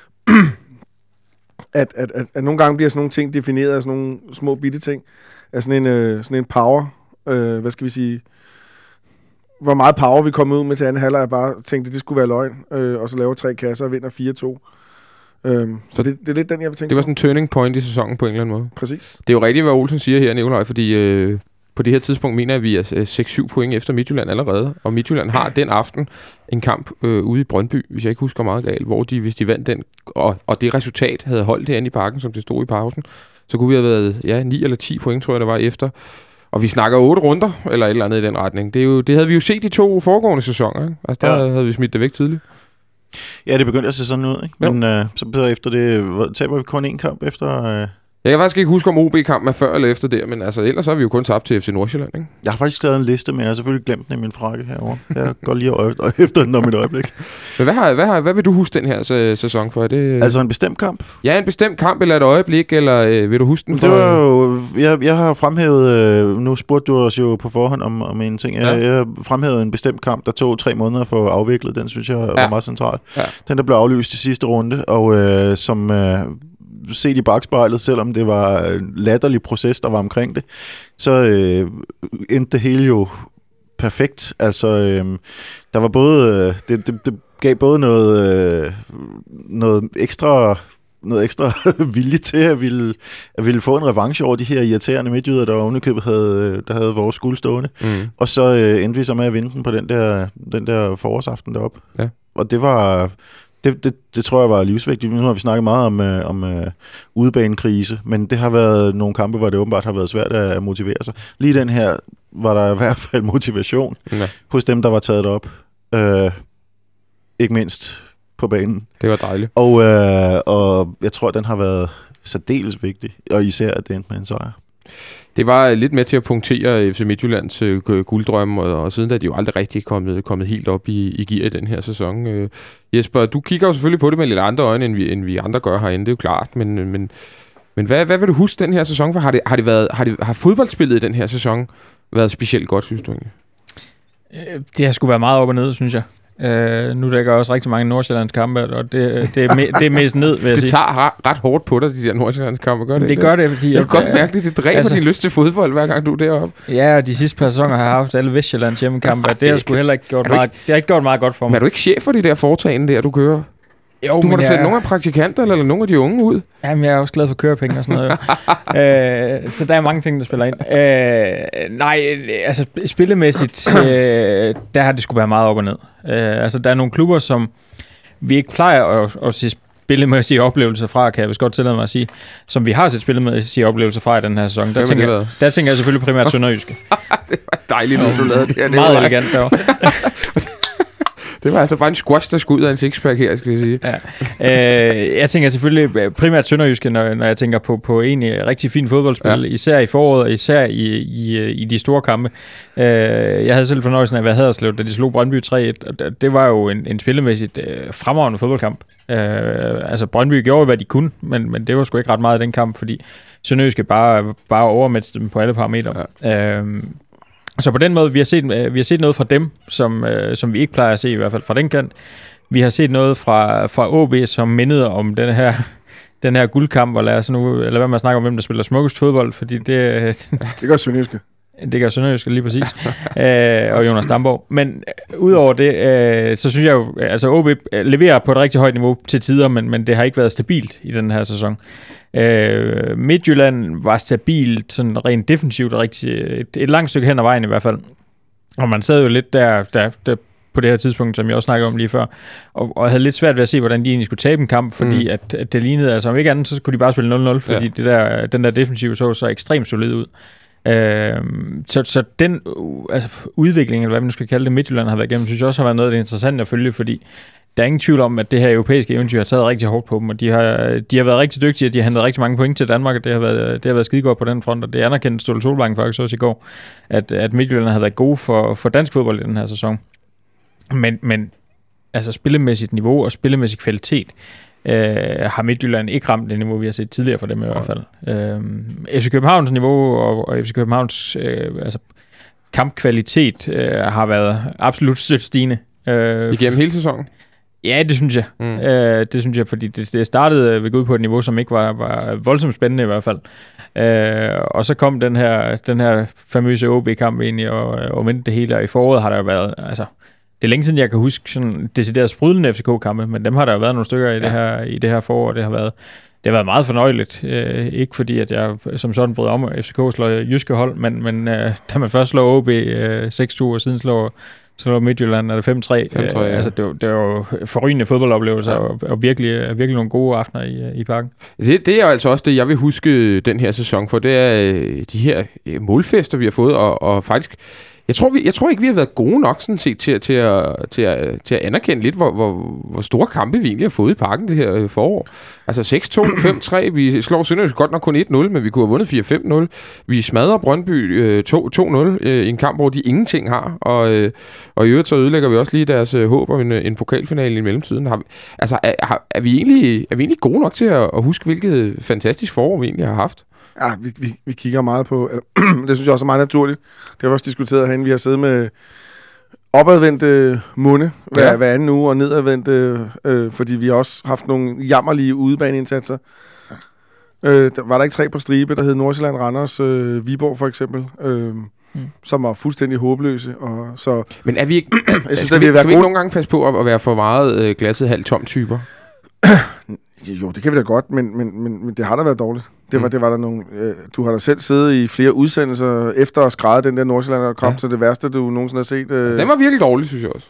At nogle gange bliver sådan nogle ting defineret af sådan nogle små bitte ting, af sådan en power, hvad skal vi sige, hvor meget power vi kom ud med til anden halvleg, jeg bare tænkte, det skulle være løgn, og så laver 3 kasser og vinder 4-2. Så det er lidt den, jeg vil tænke. Det var sådan en turning point i sæsonen på en eller anden måde. Præcis. Det er jo rigtigt, hvad Olsen siger her, Nicolaj, fordi på det her tidspunkt mener jeg, at vi er 6-7 point efter Midtjylland allerede. Og Midtjylland har den aften en kamp ude i Brøndby, hvis jeg ikke husker meget galt, hvor hvis de vandt den, og det resultat havde holdt herinde i Parken, som det stod i pausen, så kunne vi have været 9 eller 10 point, tror jeg, der var efter. Og vi snakker 8 runder, eller et eller andet i den retning. Det havde vi jo set de 2 foregående sæsoner, ikke? Altså, der havde vi smidt det væk tidligt. Ja, det begyndte at se sådan ud, ikke? Men så efter det taber vi kun 1 kamp efter Jeg kan faktisk ikke huske, om OB-kampen er før eller efter det, men altså, ellers har vi jo kun tabt til FC Nordsjælland, ikke? Jeg har faktisk skrevet en liste, men jeg har selvfølgelig glemt den i min frakke herovre. Jeg går lige efter den om et øjeblik. Men hvad vil du huske den her sæson for? Er det, altså en bestemt kamp? Ja, en bestemt kamp eller et øjeblik, eller vil du huske den for? Det var jo, jeg har fremhævet, nu spurgte du os jo på forhånd om en ting. Jeg har fremhævet en bestemt kamp, der tog 3 måneder for at afvikle. Den synes jeg var meget central. Ja. Den, der blev aflyst i sidste runde, og som... set i bagspejlet, selvom det var en latterlig proces, der var omkring det, så endte det hele jo perfekt. Altså, der var både... Det gav både noget ekstra vilje til at ville få en revanche over de her irriterende midtjyder, der ovenikøbet havde vores guld stående. Og så endte vi så med at vinde den på den der forårsaften deroppe. Ja. Og det var... Det tror jeg var livsvigtigt. Nu har vi snakket meget om udebanekrise, men det har været nogle kampe, hvor det åbenbart har været svært at motivere sig. Lige den her var der i hvert fald motivation hos dem, der var taget op. Ikke mindst på banen. Det var dejligt. Og jeg tror, den har været særdeles vigtig, og især at det endte med en sejr. Det var lidt med til at punktere FC Midtjyllands gulddrømme, og siden da er de jo aldrig rigtig kommet helt op i gear i den her sæson. Jesper, du kigger jo selvfølgelig på det med lidt andre øjne, end vi andre gør herinde, det er jo klart, men hvad vil du huske den her sæson for? Har fodboldspillet i den her sæson været specielt godt, synes du egentlig? Det har sgu været meget op og ned, synes jeg. Nu dækker også rigtig mange Nordsjællands kampe, og det er mest ned, vil jeg sige. Det tager ret hårdt på dig, de der Nordsjællands kampe, gør det? Det gør det, fordi... Jeg kan godt mærke det, det dræber din lyst til fodbold, hver gang du er deroppe. Ja, og de sidste par sæsoner har jeg haft alle Vestjyllands hjemmekampe, og det har sgu heller ikke gjort meget, det har ikke gjort meget godt for mig. Men er du ikke chef for de der foretagende der, du kører? Jo, du må da sætte nogle af praktikanter eller nogle af de unge ud. Jamen, jeg er også glad for kørepenge og sådan noget. Så der er mange ting, der spiller ind. Nej, altså spillemæssigt, der har det sgu været meget op og ned. Altså, der er nogle klubber, som vi ikke plejer at se spillemæssige oplevelser fra, kan jeg vist godt tillade mig at sige, som vi har set spillemæssige oplevelser fra i den her sæson. Der tænker jeg selvfølgelig primært Sønderjyske. Det var dejligt, når du lavede det. Meget elegant derovre. Det var altså bare en squash, der skulle ud af en sixpack her, skal jeg sige. Ja. Jeg tænker selvfølgelig primært Sønderjyske, når jeg tænker på egentlig rigtig fin fodboldspil, især i foråret, og især i de store kampe. Jeg havde selv fornøjelsen af at være Haderslev, da de slog Brøndby 3-1, og det var jo en spillemæssigt fremragende fodboldkamp. Altså Brøndby gjorde, hvad de kunne, men det var sgu ikke ret meget i den kamp, fordi Sønderjyske bare overmættede dem på alle parametre. Ja. Så på den måde, vi har set noget fra dem, som vi ikke plejer at se, i hvert fald fra den kant. Vi har set noget fra OB, som mindede om den her guldkamp, og lad os nu, eller hvad man snakker om, hvem der spiller smukkest fodbold, fordi det gør Sønderjyske. Det gør Sønderjyske lige præcis. Og Jonas Damborg. Men udover det, så synes jeg jo, altså OB leverer på et rigtig højt niveau til tider, men det har ikke været stabilt i den her sæson. Midtjylland var stabilt, sådan rent defensivt, et langt stykke hen ad vejen i hvert fald. Og man sad jo lidt der på det her tidspunkt, som jeg også snakkede om lige før, og havde lidt svært ved at se, hvordan de egentlig skulle tabe en kamp, fordi at det lignede, altså om ikke andet, så skulle de bare spille 0-0, fordi den der defensiv så ekstremt solid ud. Så den altså udvikling, eller hvad man nu skal kalde det, Midtjylland har været igennem, synes jeg også har været noget af det interessante at følge, fordi der er ingen tvivl om, at det her europæiske eventyr har taget rigtig hårdt på dem, og de har været rigtig dygtige, og de har hentet rigtig mange point til Danmark, og det har været skidegodt på den front, og det anerkendte Ståle Solbakken faktisk også i går, at Midtjylland har været gode for dansk fodbold i den her sæson. Men altså spillemæssigt niveau og spillemæssig kvalitet har Midtjylland ikke ramt det niveau, vi har set tidligere for dem i hvert fald. FC Københavns niveau og FC Københavns altså kampkvalitet har været absolut stødt stigende. Igennem hele sæsonen? Ja, det synes jeg. Det synes jeg, fordi det startede ved Gud på et niveau, som ikke var voldsomt spændende i hvert fald. Og så kom den her famøse OB-kamp egentlig og vendte det hele, og i foråret har der jo været, altså det er længe siden, jeg kan huske sådan decideret sprudlende FCK-kampe, men dem har der jo været nogle stykker i det her forår. Det har været meget fornøjeligt. Ikke fordi, at jeg som sådan brød om, at FCK slår jyske hold, men da man først slår OB 6 uger siden slår Midtjylland, er det 5-3. Ja. Altså, det var jo forrygende fodboldoplevelser, og virkelig nogle gode aftener i parken. Det er jo altså også det, jeg vil huske den her sæson, for det er de her målfester, vi har fået, og faktisk Jeg tror ikke, vi har været gode nok sådan set til at anerkende lidt, hvor store kampe vi egentlig har fået i parken det her forår. Altså 6-2, 5-3, vi slår Sønderjysk godt nok kun 1-0, men vi kunne have vundet 4-5-0. Vi smadrer Brøndby 2-0 i en kamp, hvor de ingenting har, og i øvrigt så ødelægger vi også lige deres håb om en pokalfinale i mellemtiden. Er vi egentlig gode nok til at huske, hvilket fantastisk forår vi egentlig har haft? Ja, vi kigger meget på... det synes jeg også er meget naturligt. Det har vi også diskuteret herinde. Vi har siddet med opadvendte munde hver anden uge, og nedadvendte, fordi vi har også haft nogle jammerlige udebaneindsatser. Var der ikke 3 på stribe, der hed Nordsjælland, Randers, Viborg for eksempel, som var fuldstændig håbløse. Og så, men er vi ikke... jeg synes, kan vi ikke nogle gange passe på at være for meget glasset halvt tom typer? Jo, det kan vi da godt, men det har da været dårligt. Det var der nogle... du har da selv siddet i flere udsendelser efter at skræde den der Nordsjælland, der kom til det værste, du nogensinde har set. Den var virkelig dårlig, synes jeg også.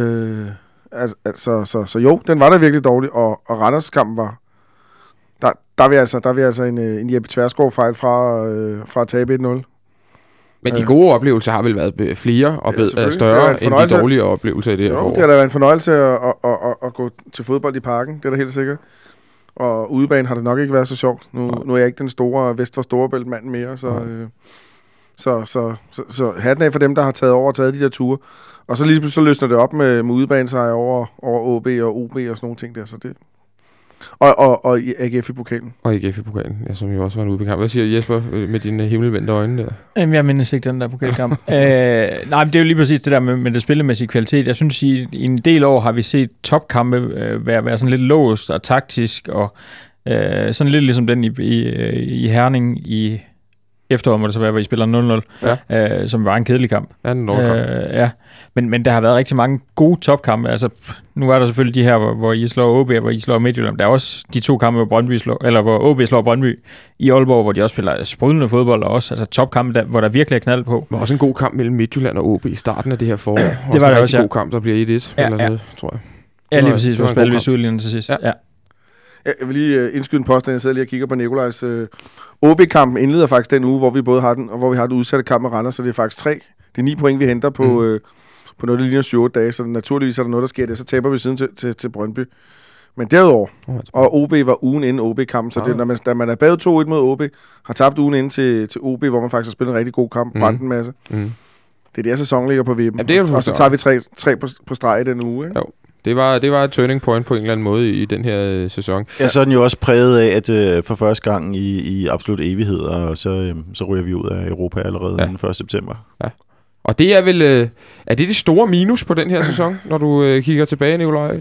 Så jo, den var da virkelig dårlig, og Randers-kampen var... Der er vi altså en Jeppe Tverskov-fejl fra at tabe 1-0. Men de gode oplevelser har vel været flere og større end de dårlige oplevelser i det her forår. Det har da været en fornøjelse at gå til fodbold i parken, det er da helt sikkert. Og udebane har det nok ikke været så sjovt. Nu er jeg ikke den store vest for Storebælt-mand mere, så hatten af for dem, der har taget over og taget de der ture. Og så lige pludselig så løsner det op med udebane-sejr over OB og OB og sådan nogle ting der, så det... Og AGF i pokalen. Og AGF i pokalen, ja, som jo også var en udebekamp. Hvad siger Jesper med dine himmelvendte øjne der? Jeg mindes ikke den der pokalkamp. Nej, men det er jo lige præcis det der med det spillemæssige kvalitet. Jeg synes, i en del år har vi set topkampe være sådan lidt låst og taktisk, og sådan lidt ligesom den i Herning i efteråret, må det så være, hvor I spiller 0-0, som var en kedelig kamp. Ja, en kamp. Ja. Men der har været rigtig mange gode topkampe. Altså, nu er der selvfølgelig de her, hvor I slår OB, og hvor I slår Midtjylland. Der er også de 2 kampe, hvor OB slår Brøndby i Aalborg, hvor de også spiller sprudlende fodbold, og også altså topkampe, hvor der virkelig er knald på. Men også en god kamp mellem Midtjylland og OB i starten af det her forår. Det var det også, en god kamp, der bliver 1-1 eller noget, tror jeg. Ja, lige præcis, hvor spiller vi udlignet til sidst. Ja. Jeg vil lige indskyde en påstand, jeg sidder lige og kigger på Nikolajs. OB-kampen indleder faktisk den uge, hvor vi både har den, og hvor vi har det udsatte kamp med Randers, så det er faktisk 3. Det er 9 point, vi henter på noget, der ligner 7-8 dage, så naturligvis er der noget, der sker det, så taber vi siden til Brøndby. Men derudover, og OB var ugen inden OB-kampen, så det, når man er bagud 2-1 mod OB, har tabt ugen inden til OB, hvor man faktisk har spillet en rigtig god kamp, brændt en masse. Det er der sæson ligger på vippen, og så tager vi 3 på streg i den uge, ikke? Jo. Det var et turning point på en eller anden måde i den her sæson. Ja, så er den jo også præget af, at for første gang i absolut evighed, og så ryger vi ud af Europa allerede den 1. september. Ja. Og det er vel er det store minus på den her sæson, når du kigger tilbage, Nikolaj?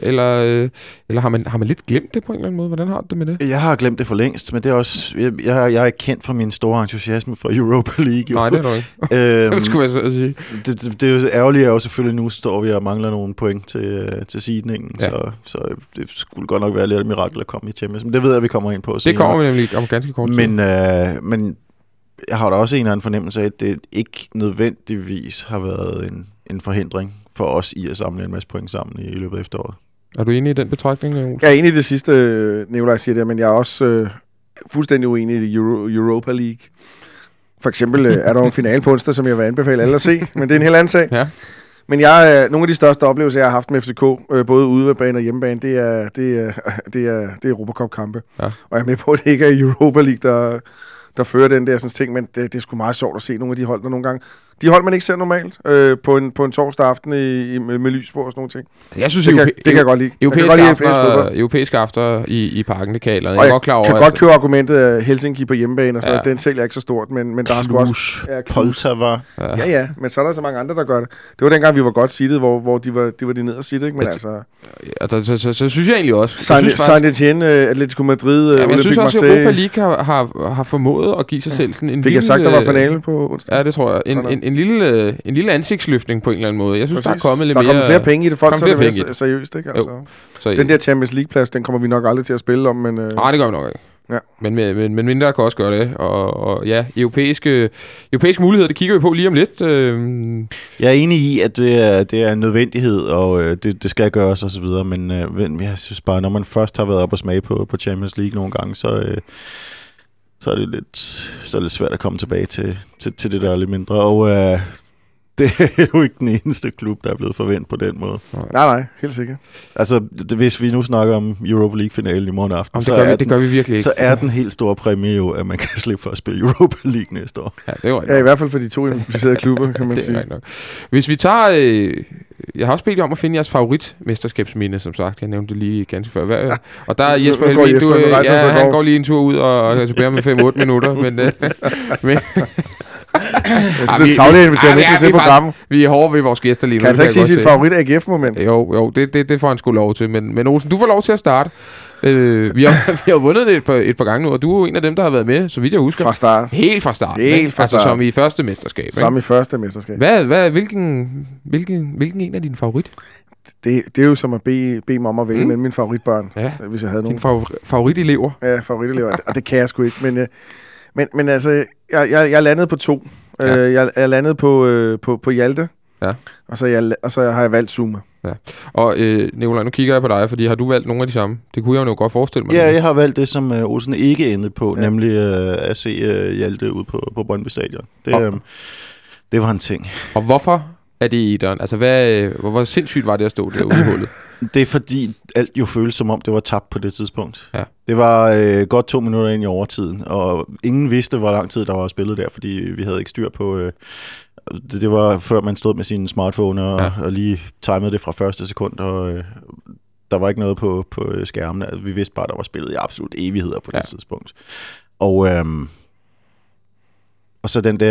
Eller har man lidt glemt det på en eller anden måde? Hvordan har du det med det? Jeg har glemt det for længst, men det er også jeg er kendt for min store entusiasme for Europa League. Jo. Nej, det er du ikke. Det skulle jeg så sige. Det er jo ærgerligt, at selvfølgelig nu står vi og mangler nogle point til seedningen, så det skulle godt nok være lidt et mirakel at komme i Champions. Men det ved jeg, vi kommer ind på senere. Det kommer vi nemlig om ganske kort tid. Men jeg har da også en eller anden fornemmelse af, at det ikke nødvendigvis har været en forhindring for os i at samle en masse point sammen i løbet af efteråret. Er du enig i den betragtning, Olsen? Jeg er enig i det sidste, Nikolaj siger det, men jeg er også fuldstændig uenig i Europa League. For eksempel er der en finale på onsdag, som jeg vil anbefale alle at se, men det er en helt anden sag. Ja. Men nogle af de største oplevelser, jeg har haft med FCK, både udebane og hjemmebane, det er Europacup-kampe. Ja. Og jeg er med på, at det ikke er Europa League, der fører den der sådan ting, men det er sgu meget sjovt at se nogle af de hold, der nogle gange... De hold, man ikke ser normalt på en torsdag aften med lys på og sådan nogle ting. Jeg synes, det kan jeg godt lide. Europæiske aftener i parken, det kan jeg. Jeg er godt klar over, kan godt købe argumentet af Helsinki på hjemmebane og sådan noget. Den sælger ikke så stort, men der er sgu også... Poltava. Ja, men så er der så mange andre, der gør det. Det var dengang, vi var godt seedet, hvor de var de ned og seedet, ikke? Men så synes jeg egentlig også... Saint-Étienne, Atletico Madrid, jeg synes også, at Europa League har formået at give sig selv sådan en... Fik jeg sagt, der var finale på onsdag? Ja, det tror jeg. En lille ansigtsløftning på en eller anden måde. Jeg synes, der er kommet lidt mere... Der kommer flere penge i det. Folk tager det mere seriøst, ikke? Altså. Så den der Champions League-plads, den kommer vi nok aldrig til at spille om, men... Nej, det gør vi nok ikke. Ja. Men mindre kan også gøre det. Og ja, europæiske muligheder, det kigger vi på lige om lidt. Jeg er enig i, at det er en nødvendighed, og det skal gøres og så videre, men jeg synes bare, når man først har været op og smage på Champions League nogle gange, så er det lidt svært at komme tilbage til det der lidt mindre. Og Det er jo ikke den eneste klub, der er blevet forventet på den måde. Nej, helt sikkert. Altså, hvis vi nu snakker om Europa League-finalen i morgen aften, det gør vi virkelig ikke. Så er den helt store præmie jo, at man kan slippe for at spille Europa League næste år. Ja, det er i hvert fald for de 2 implicerede klubber, kan man sige. Nok. Hvis vi tager... jeg har også bedt jer om at finde jeres favoritmesterskabsminde, som sagt. Jeg nævnte det lige ganske før. Og der er Jesper Helmin, han går lige en tur ud og tilbage med 5-8 minutter. Men det er tavligt inviteret med til det program. Vi er hårde ved vores gæster lige nu. Kan altså ikke sige sit favorit AGF-moment? Jo, det får han sgu lov til. Men Olsen, du får lov til at starte. Vi har vundet det et par gange nu, og du er jo en af dem, der har været med, så vidt jeg husker. Fra start. Helt fra start. Altså som i første mesterskab. Som i første mesterskab. Hvilken en er din favorit? Det er jo som at bede mig om at vælge mellem mine favoritbørn, hvis jeg havde nogen. Dine favoritelever? Ja, favoritelever. Og det kan jeg sgu ikke. Men altså, jeg landede på 2. Ja. Jeg landede på Hjalte. Ja. Og så har jeg valgt Zuma. Ja. Og Nicolaj, nu kigger jeg på dig, fordi har du valgt nogle af de samme? Det kunne jeg jo godt forestille mig. Ja, jeg har valgt det, som Olsen ikke endte på, nemlig at se Hjalte ud på Brøndby Stadion. Det var en ting. Og hvorfor er det i døren? Altså, hvor sindssygt var det at stå derude i hullet? Det er fordi, alt jo føles som om, det var tabt på det tidspunkt. Ja. Det var godt 2 minutter ind i overtiden, og ingen vidste, hvor lang tid der var spillet der, fordi vi havde ikke styr på... Det var før man stod med sin smartphone og lige timede det fra første sekund, og der var ikke noget på skærmen. Altså, vi vidste bare, der var spillet i absolut evigheder på det tidspunkt. Og så den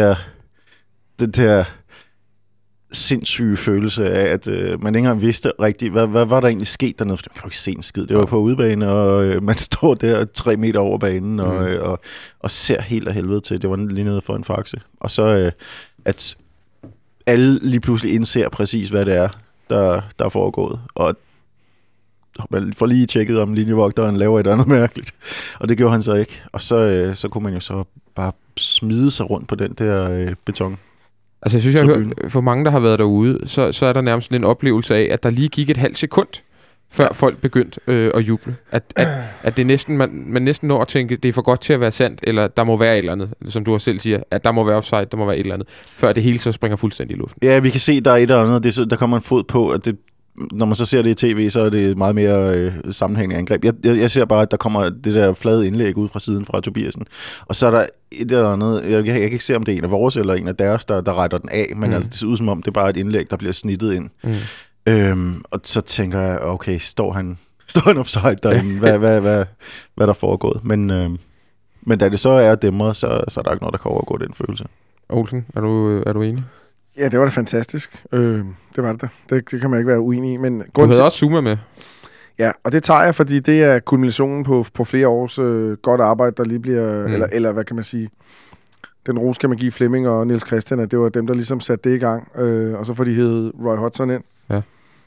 der sindssyge følelse af, at man ikke engang vidste rigtigt, hvad var der egentlig sket dernede? For man kan jo ikke se en skid. Det var på udebane, og man står der 3 meter over banen og ser helt af helvede til. Det var lige nede for en fakse. Og så at alle lige pludselig indser præcis, hvad det er, der er foregået. Og man får lige tjekket, om linjevogteren laver et andet mærkeligt. Og det gjorde han så ikke. Og så kunne man jo så bare smide sig rundt på den der beton. Altså jeg synes, jeg har hørt, for mange, der har været derude, så er der nærmest en oplevelse af, at der lige gik et halvt sekund, før folk begyndte at juble. At det næsten, man næsten når at tænke, det er for godt til at være sandt, eller der må være et eller andet, som du selv siger, at der må være offside, der må være et eller andet, før det hele så springer fuldstændig i luften. Ja, vi kan se, der er et eller andet, der kommer en fod på, at det, når man så ser det i tv, så er det meget mere sammenhængende angreb. Jeg ser bare, at der kommer det der flade indlæg ud fra siden fra Tobiasen, og så er der et eller andet, jeg kan ikke se, om det er en af vores eller en af deres, der retter den af, men altså, det ser ud som om, det er bare et indlæg, der bliver snittet ind. Og så tænker jeg, okay, står han offside derinde? Hvad der foregået? Men da det så er dæmret, så er der ikke noget, der kan overgå den følelse. Olsen, er du enig? Ja, det var da fantastisk. Det var det da. Det kan man ikke være uenig i. Men du havde også Zuma med. Ja, og det tager jeg, fordi det er kulminationen på flere års godt arbejde, der lige bliver... Eller hvad kan man sige? Den ros kan man give Flemming og Niels Christian, at det var dem, der ligesom satte det i gang. Og så får de heddet Roy Hodgson ind. Ja.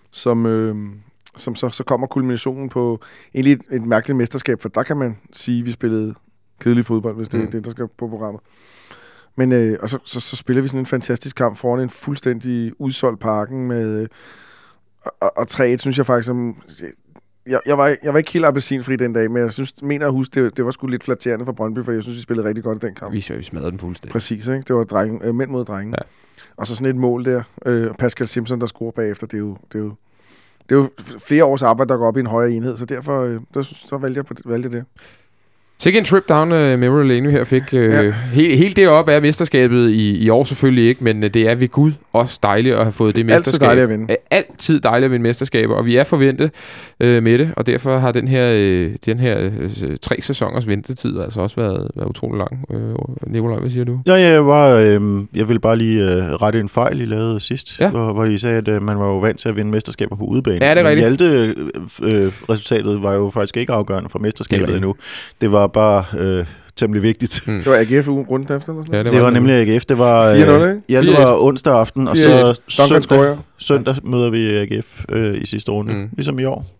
Som så kommer kulminationen på egentlig et mærkeligt mesterskab, for der kan man sige, at vi spillede kedelig fodbold, hvis det er det, der skal på programmet. Men og så spiller vi sådan en fantastisk kamp foran en fuldstændig udsolgt parken med og 3-1, synes jeg faktisk som jeg var ikke helt appelsinfri den dag, men jeg mener at huske det var sgu lidt flatterende for Brøndby, for jeg synes vi spillede rigtig godt i den kamp. Vi smadrede den fuldstændig. Præcis, ikke? Det var mænd mod drenge. Ja. Og så sådan et mål der, Pascal Simpson der scorer bagefter, det er jo flere års arbejde, der går op i en højere enhed, så derfor så valgte jeg det. Sikke en trip down memory lane, vi her fik. Helt deroppe er mesterskabet i år selvfølgelig ikke, men det er ved Gud også dejligt at have fået det mesterskab. Altid dejligt at vinde. Altid dejligt at vinde mesterskaber, og vi er forventet med det, og derfor har den her 3 sæsoners ventetid altså også været utrolig lang. Nicolaj, hvad siger du? Ja, jeg vil bare lige rette en fejl, I lavede sidst, hvor I sagde, at man var jo vant til at vinde mesterskaber på udebane. Ja, det er rigtigt. Resultatet var jo faktisk ikke afgørende for mesterskabet endnu. Det var bare temmelig vigtigt. Det var AGF ugen rundt efter? Eller sådan? Ja, det var nemlig AGF. Det var 4-0, ja, det var onsdag aften, og så søndag møder vi AGF i sidste runde, ligesom i år.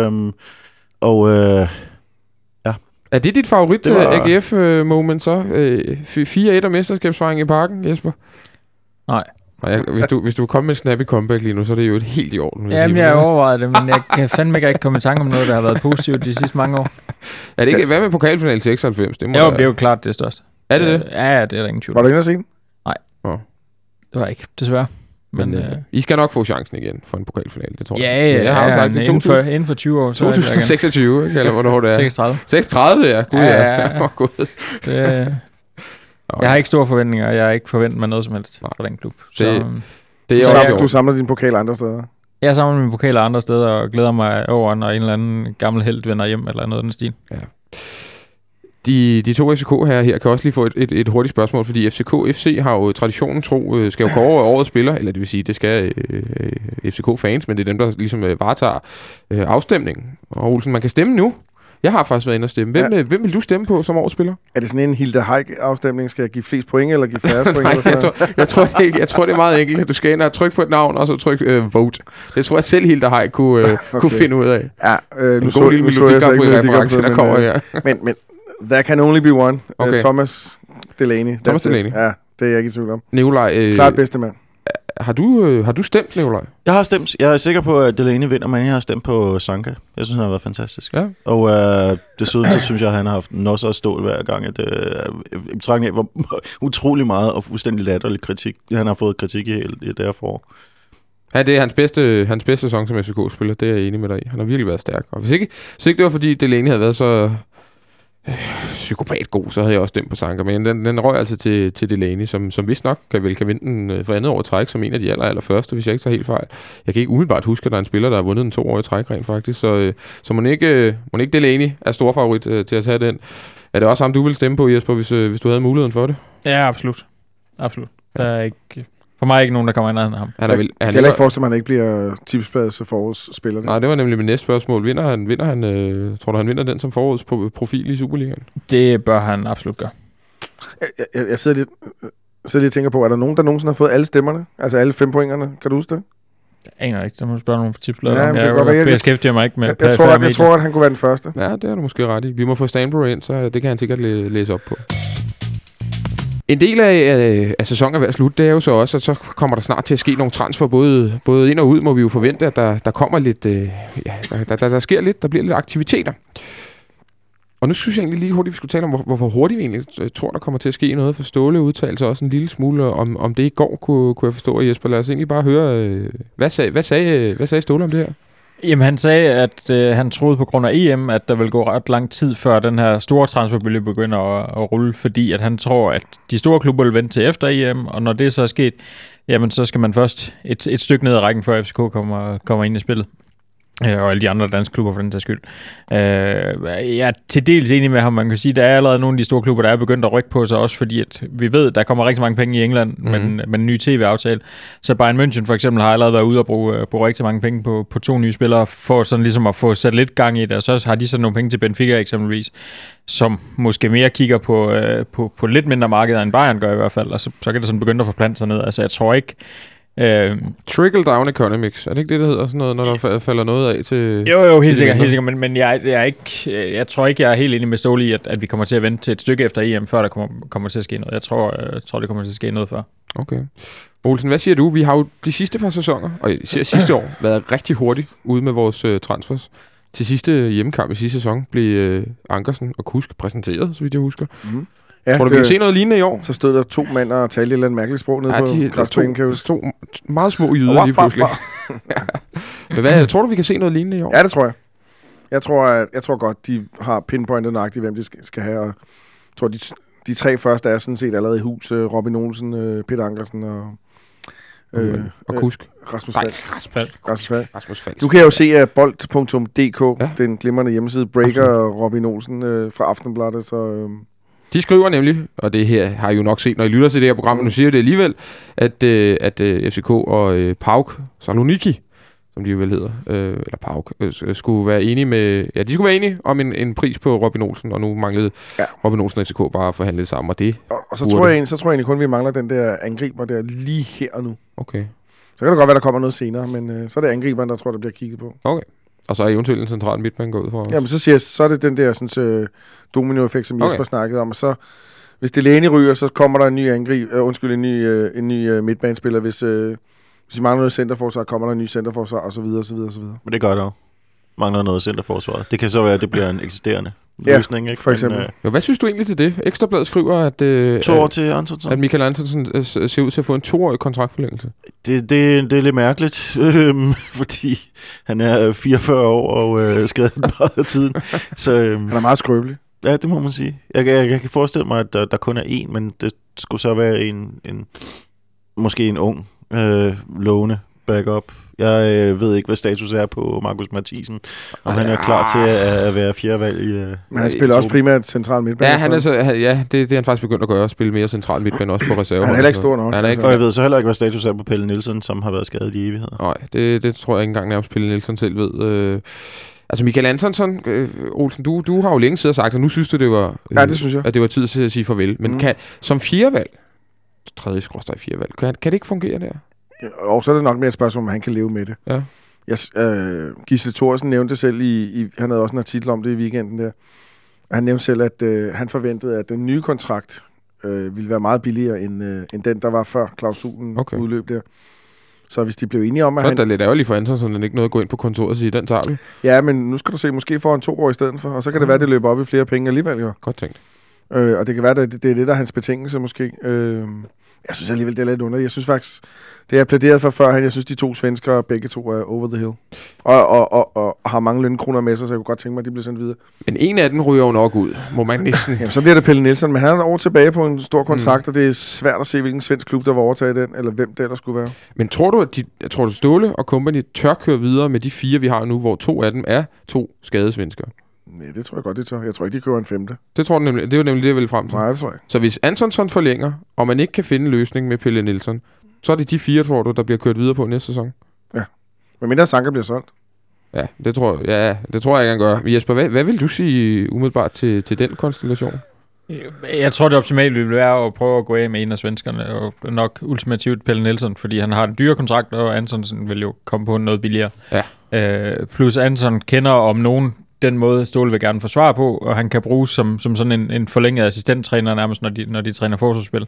Ja. Er det dit favorit AGF-moment så? 4-1 og mesterskabsfejring i parken, Jesper? Nej. Hvis du kommer med en snappy comeback lige nu, så er det jo et helt i orden. Jamen, jeg overvejer det, men jeg kan fandme ikke komme i tanke om noget, der har været positivt de sidste mange år. Er det ikke, hvad med pokalfinalen 96? Det er jo klart det største. Er det det? Ja, det er der ingen tvivl. Var du inde at se den? Nej. Det var ikke, desværre. Men I skal nok få chancen igen for en pokalfinale, det tror jeg. Ja, jeg har også sagt det inden for 20 år. 2026, ikke? Eller hvornår det er? 36. 36, ja. Gud, ja. Jeg har ikke store forventninger, og jeg har ikke forventet mig noget som helst fra den klub. Du samler dine pokaler andre steder? Jeg samler mine pokaler andre steder og glæder mig over, når en eller anden gammel helt vender hjem, eller noget af den stil. Ja. De to FCK her kan også lige få et hurtigt spørgsmål, fordi FC har jo traditionen tro, skal jo kåre årets spiller, eller det vil sige, det skal FCK-fans, men det er dem, der ligesom varetager afstemningen. Og Olsen, man kan stemme nu. Jeg har faktisk været inde og stemme. Hvem vil du stemme på som årets spiller? Er det sådan en Hilde Haik-afstemning? Skal jeg give flest point, eller give færre point? Nej, jeg tror, det er meget enkelt. Du skal ind og trykke på et navn, og så trykke vote. Det tror jeg selv Hilde Haik kunne finde ud af. Ja, en god lille melodireference, der kommer her. Men there can only be one. Okay. Thomas Delaney. Thomas Delaney. Ja, det er jeg ikke i tvivl om. Nikolaj. Klart bedste mand. Har du stemt, Nikolaj? Jeg har stemt. Jeg er sikker på, at Delaney vinder, men jeg har stemt på Sanka. Jeg synes, han har været fantastisk. Ja. Og desuden så synes jeg, at han har haft nosser og stål hver gang. I betragtning af, hvor utrolig meget og fuldstændig latterlig kritik. Han har fået kritik i det her forår. Ja, det er hans bedste sæson som FCK-spiller. Det er jeg enig med dig i. Han har virkelig været stærk. Og hvis ikke det var, fordi Delaney havde været så psykopat god, så havde jeg også stemt på Sanka. Men den røg altså til Delaney, som vist nok kan vinde den for andet år træk, som en af de allerførste, hvis jeg ikke tager helt fejl. Jeg kan ikke umiddelbart huske, at der er en spiller, der har vundet den 2 år i træk rent faktisk. Så må ikke Delaney er stor favorit til at tage den. Er det også ham, du vil stemme på, Jesper, hvis du havde muligheden for det? Ja, absolut. Absolut. Der er ikke... For mig er ikke nogen, der kommer ind af ham. Jeg kan heller ikke forestille mig, at han ikke bliver tipsbladets forårsspiller. Nej, det var nemlig mit næste spørgsmål. Vinder han tror du, han vinder den som forårs profil i Superligaen? Det bør han absolut gøre. Jeg sidder lige og tænker på, er der nogen, der nogensinde har fået alle stemmerne? Altså alle 5 pointerne? Kan du huske det? Jeg aner ikke. Så må du spørge nogen for tipsbladet. Ja, jeg beskæftiger mig ikke med jeg tror, at han kunne være den første. Ja, det er du måske ret i. Vi må få Stanbro ind, så det kan han sikkert læse op på. En del af sæsonen er ved at slutte, det er jo så også, at så kommer der snart til at ske nogle transfer, både ind og ud, må vi jo forvente, at der kommer lidt, der sker lidt, der bliver lidt aktiviteter. Og nu synes jeg egentlig lige hurtigt, vi skulle tale om, hvor hurtigt vi egentlig tror, der kommer til at ske noget, for Ståle udtalelse også en lille smule om det i går, kunne jeg forstå, Jesper. Lad os egentlig bare høre, hvad sagde Ståle om det her? Jamen, han sagde, at han troede på grund af EM, at der vil gå ret lang tid, før den her store transferbølge begynder at rulle, fordi at han tror, at de store klubber vil vente til efter EM, og når det så er sket, jamen så skal man først et stykke ned ad rækken, før FCK kommer ind i spillet. Og alle de andre danske klubber for den sags skyld. Jeg er til dels enig med ham. Man kan sige, at der er allerede nogle af de store klubber, der er begyndt at rykke på sig, også fordi at vi ved, at der kommer rigtig mange penge i England med en ny tv-aftale. Så Bayern München for eksempel har allerede været ude og bruge rigtig mange penge på 2 nye spillere, for sådan ligesom at få sat lidt gang i det. Og så har de så nogle penge til Benfica eksempelvis, som måske mere kigger på lidt mindre markeder, end Bayern gør i hvert fald. Og så kan det sådan begynde at forplante sig ned. Altså jeg tror ikke... Trickle-down economics. Er det ikke det, der hedder sådan noget, når der falder noget af til... Jo, helt sikkert. Men jeg tror ikke, jeg er helt enig med Ståle i, at vi kommer til at vente til et stykke efter EM, før der kommer til at ske noget. Jeg tror, det kommer til at ske noget før. Okay. Olsen, hvad siger du? Vi har jo de sidste par sæsoner, og sidste år, været rigtig hurtigt ude med vores transfers. Til sidste hjemmekamp i sidste sæson blev Ankersen og Kusk præsenteret, så vidt jeg husker. Mm. Ja, tror du, vi kan se noget lignende i år? Så stod der 2 mænd og talte et eller andet mærkeligt sprog nede på græsplænen. To meget små jyder lige pludselig. Men hvad, tror du, vi kan se noget lignende i år? Ja, det tror jeg. Jeg tror godt, de har pinpointet nøjagtigt, hvem de skal have. Og jeg tror, de 3 første er sådan set allerede i hus. Robin Olsen, Peter Ankersen og Kusk. Rasmus Falk. Du kan jo se, at bold.dk, den glimrende hjemmeside, breaker Robin Olsen fra Aftenbladet, så... De skriver nemlig, og det her har I jo nok set, når I lytter til det her program, men nu siger det alligevel, at FCK og PAOK Saloniki, som de jo vel hedder, eller PAOK, skulle være enige med... Ja, de skulle være enige om en pris på Robin Olsen, og nu manglede Robin Olsen og FCK bare at forhandle det sammen, og det... Og så tror jeg egentlig kun, vi mangler den der angriber der lige her og nu. Okay. Så kan det godt være, der kommer noget senere, men så er det angriberen, der tror, der bliver kigget på. Okay. Og så er eventuelt en central midtband gået for os. Jamen, så er det den der sådan, domino-effekt, som Jesper snakkede om. Og så, hvis Delaney ryger, så kommer der en ny midtbanespiller. Hvis vi mangler noget centerforsvar, kommer der en ny centerforsvar, og så videre, og så videre, og så videre. Men det gør der jo. mangler noget centerforsvaret. Det kan så være, at det bliver en eksisterende løsning, ikke? For eksempel. Hvad synes du egentlig til det? Ekstrabladet skriver, at 2 år til Antonsson. At Michael Antonsson ser ud til at få en 2-årig kontraktforlængelse. Det er lidt mærkeligt, fordi han er 44 år og skadet meget af tiden. Så, han er meget skrøbelig. Ja, det må man sige. Jeg kan forestille mig, at der kun er én, men det skulle så være en måske en ung, lovende backup. Jeg ved ikke, hvad status er på Marcus Mathisen. Om han er klar til at være fjerdevalg i... Men han spiller også primært central midtbane. Ja, det er han faktisk begyndt at gøre. Spille mere central midtbane, også på reserve. Han er heller ikke stor nok. Og jeg ved så heller ikke, hvad status er på Pelle Nielsen, som har været skadet i evigheder. Nej, det tror jeg ikke engang nærmest Pelle Nielsen selv ved. Altså Michael Antonsson, Olsen, du har jo længe siddet og sagt, at nu synes du, det var, det synes jeg. At det var tid til at sige farvel. Men kan, som fjerdevalg, tredje/fjerdevalg, kan det ikke fungere der? Og så er det nok mere et spørgsmål, om han kan leve med det. Ja. Gisle Thorsen nævnte selv, han havde også en artikel om det i weekenden der, han nævnte selv, at han forventede, at den nye kontrakt ville være meget billigere end den, der var før klausulen udløb der. Så hvis de blev enige om, at så er det lidt ærgerligt for Antonsson, at ikke noget at gå ind på kontoret og sige, den tager vi. Ja, men nu skal du se, måske får han 2 år i stedet for, og så kan det være, at det løber op i flere penge alligevel, jo. Godt tænkt. Og det kan være, at det er det, der er hans betingelse måske. Jeg synes alligevel, det er lidt underligt. Jeg synes faktisk, det jeg plæderede for førhen, jeg synes, de 2 svenskere, begge 2 er over the hill. Og har mange lønkroner med sig, så jeg kunne godt tænke mig, at de bliver sendt videre. Men en af dem ryger jo nok ud, må man næsten. Jamen, så bliver det Pelle Nielsen, men han er over tilbage på en stor kontrakt, og det er svært at se, hvilken svensk klub, der vil overtage den, eller hvem det ellers skulle være. Men tror du, Ståle og company tør køre videre med de 4, vi har nu, hvor 2 af dem er 2 skadesvenskere? Nej, det tror jeg godt, de tør. Jeg tror ikke, de køber en 5. Det tror du nemlig. Det er jo nemlig det, jeg vil frem til. Nej, det tror jeg. Så hvis Antonsson forlænger, og man ikke kan finde en løsning med Pelle Nielsen, så er det de 4, tror du, der bliver kørt videre på næste sæson? Ja. Men mindre Sanka bliver solgt. Ja, det tror jeg ikke, han gør. Jesper, hvad vil du sige umiddelbart til den konstellation? Jeg tror, det optimale ville være at prøve at gå af med en af svenskerne, og nok ultimativt Pelle Nielsen, fordi han har en dyre kontrakt, og Antonsson vil jo komme på noget billigere. Ja. Plus Antonsson kender om nogen den måde, Ståle vil gerne forsvare på, og han kan bruges som sådan en forlænget assistenttræner nærmest, når de træner forsvarsspil.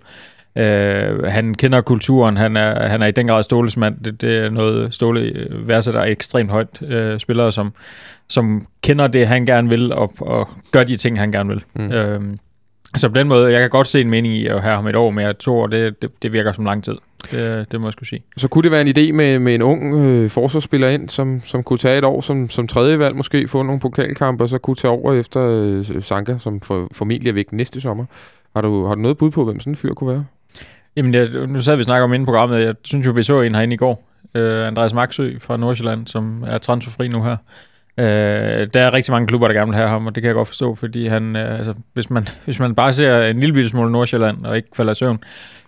Han kender kulturen, han er i den grad Ståles mand. Det er noget, Ståle værdsætter ekstremt højt. Spillere, som kender det, han gerne vil, og gør de ting, han gerne vil. Så på den måde, jeg kan godt se en mening i at have ham et år med, at 2 år, det virker som lang tid. Det må jeg skulle sige. Så kunne det være en idé med en ung forsvarsspiller ind, som kunne tage et år som tredje valg, måske få nogle pokalkampe, og så kunne tage over efter Sanka, som formentlig er væk næste sommer. Har du noget bud på, hvem sådan en fyr kunne være? Jamen, nu sad vi og snakker om inden programmet. Jeg synes jo, vi så en herinde i går. Andreas Maxø fra Nordsjælland, som er transferfri nu her. Der er rigtig mange klubber, der gerne vil have ham, og det kan jeg godt forstå, fordi han, hvis man bare ser en lille bitte smule Nordsjælland og ikke falder i søvn,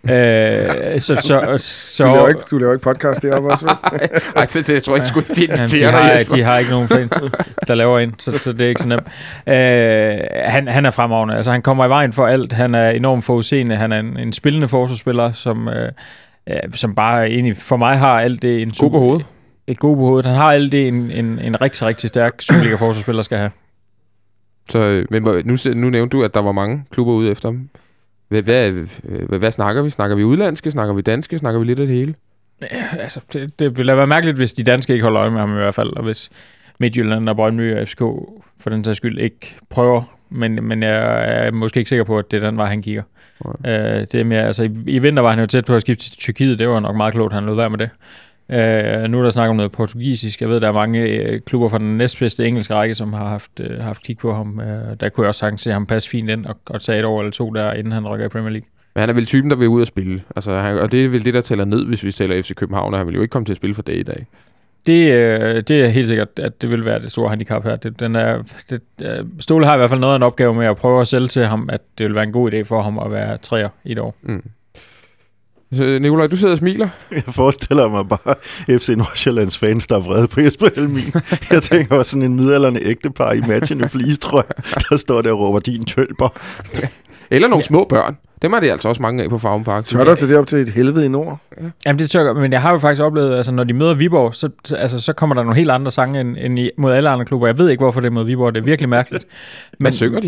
så du laver ikke podcast deroppe også, vel? Nej, det tror jeg ikke skulle de har ikke nogen fans, der laver en, så det er ikke så nemt. Han er fremragende, altså han kommer i vejen for alt, han er enormt forudseende, han er en spillende forsvarsspiller, som bare egentlig for mig har alt det en god på hovedet. Et god på hovedet. Han har alt det, en rigtig, rigtig stærk Superliga-forsvarsspiller skal have. Så, men nu nævnte du, at der var mange klubber ude efter ham. Hvad snakker vi? Snakker vi udlandske? Snakker vi danske? Snakker vi lidt af det hele? Ja, altså, det ville være mærkeligt, hvis de danske ikke holder øje med ham i hvert fald, og hvis Midtjylland og Brøndby og FCK for den sags skyld ikke prøver. Men jeg er måske ikke sikker på, at det er den vej, han kigger. Det er mere, altså, i vinter var han jo tæt på at skifte til Tyrkiet. Det var nok meget klogt, han lød være med det. Nu er der snak om noget portugisisk. Jeg ved, der er mange klubber fra den næstbedste engelske række, som har haft kig på ham. Der kunne jeg også sagtens se ham passe fint ind og tage et år eller 2 der, inden han rykker i Premier League. Men han er vel typen, der vil ud og spille. Altså, og det er vel det, der tæller ned, hvis vi tæller FC København, og han vil jo ikke komme til at spille for dag i dag. Det er helt sikkert, at det vil være det store handicap her. Ståle har i hvert fald noget af en opgave med at prøve at sælge til ham, at det vil være en god idé for ham at være 3'er i et år. Så Nikolaj, du sidder og smiler. Jeg forestiller mig bare FC Nordsjællands fans, der er vrede på Jesper Helmin. Jeg tænker også sådan en midaldrende ægtepar i matchende fleecetrøje, der står der og råber din tølper. Eller nogle små børn. Dem er det altså også mange af på Farum Park. Tør der til det op til et helvede i nord? Ja. Jamen det tør, men jeg har jo faktisk oplevet, altså når de møder Viborg, så kommer der nogle helt andre sange end mod alle andre klubber. Jeg ved ikke, hvorfor det er mod Viborg. Det er virkelig mærkeligt. Hvad synger de?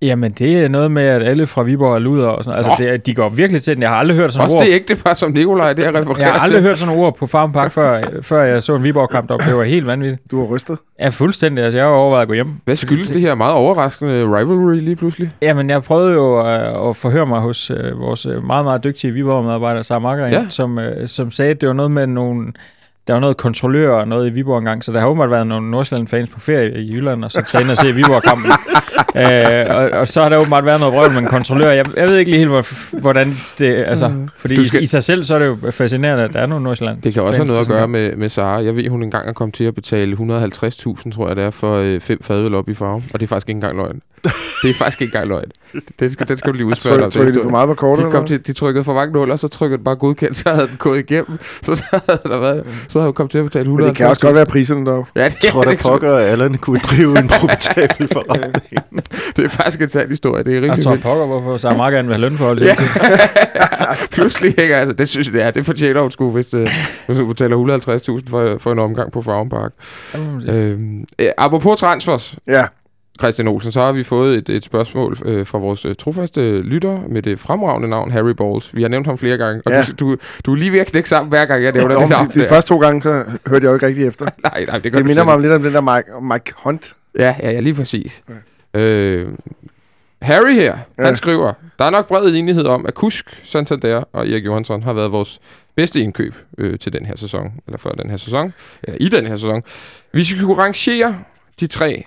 Jamen, det er noget med, at alle fra Viborg er luder og sådan noget. Altså, de går virkelig til den. Jeg har aldrig hørt sådan ord. Også det er ikke det bare som Nikolaj, det er refereret til. Jeg har aldrig hørt sådan ord på Farum Park, før jeg så en Viborg-kamp deroppe. Det var helt vanvittigt. Du har rystet? Ja, fuldstændig. Altså, jeg har overvejet at gå hjem. Hvad skyldes det her meget overraskende rivalry lige pludselig? Jamen, jeg prøvede jo at forhøre mig hos vores meget, meget dygtige Viborg-medarbejder, Sarah Marker, som sagde, at det var noget med nogle... Der var noget kontrollør og noget i Viborg engang, så der har åbenbart været nogle Nordsjælland-fans på ferie i Jylland, og så tager ind og se Viborg-kampen. Og så har der åbenbart været noget vrøvl med en kontrollør. Jeg ved ikke lige helt, hvordan det... Altså, fordi i sig selv, så er det jo fascinerende, at der er nogle Nordsjælland. Det kan også have noget at gøre med Sara. Jeg ved, hun engang er kommet til at betale 150.000, tror jeg det er, for 5 fadøl op i Farum. Og det er faktisk ikke engang løgn. Det er faktisk ikke engang løgn. Den skal du lige udspørge dig. Tror I, det for meget på kortet? De trykkede for mange nuller, så trykkede den bare godkendt, så havde den gået igennem. Så havde hun kommet til at betale 150.000. Men det kan også godt være priserne deroppe. Ja, jeg tror, der pokker, at Allan kunne drive en profitabel forretning. Det er faktisk en sand historie. Det er rigtig vildt. Jeg tror pokker, hvorfor så meget gerne vil have lønforhold til. Pludselig, ikke? Altså, det synes jeg, det fortjener hun sgu, hvis du betaler 150.000 for en omgang på Farum Park. Apropos transfers. Ja. Christian Olsen, så har vi fået et spørgsmål fra vores trofaste lytter med det fremragende navn Harry Balls. Vi har nævnt ham flere gange, og du er lige ved at knække sammen hver gang, jeg nævner det navn. De første 2 gange, så hørte jeg jo ikke rigtig efter. Nej, det minder mig om lidt om den der Mike Hunt. Ja, lige præcis. Ja. Harry her, han skriver, der er nok bred enighed om, at Kusk, Santander og Erik Johansson har været vores bedste indkøb til den her sæson, eller før den her sæson, eller i den her sæson. Hvis vi kunne rangere de tre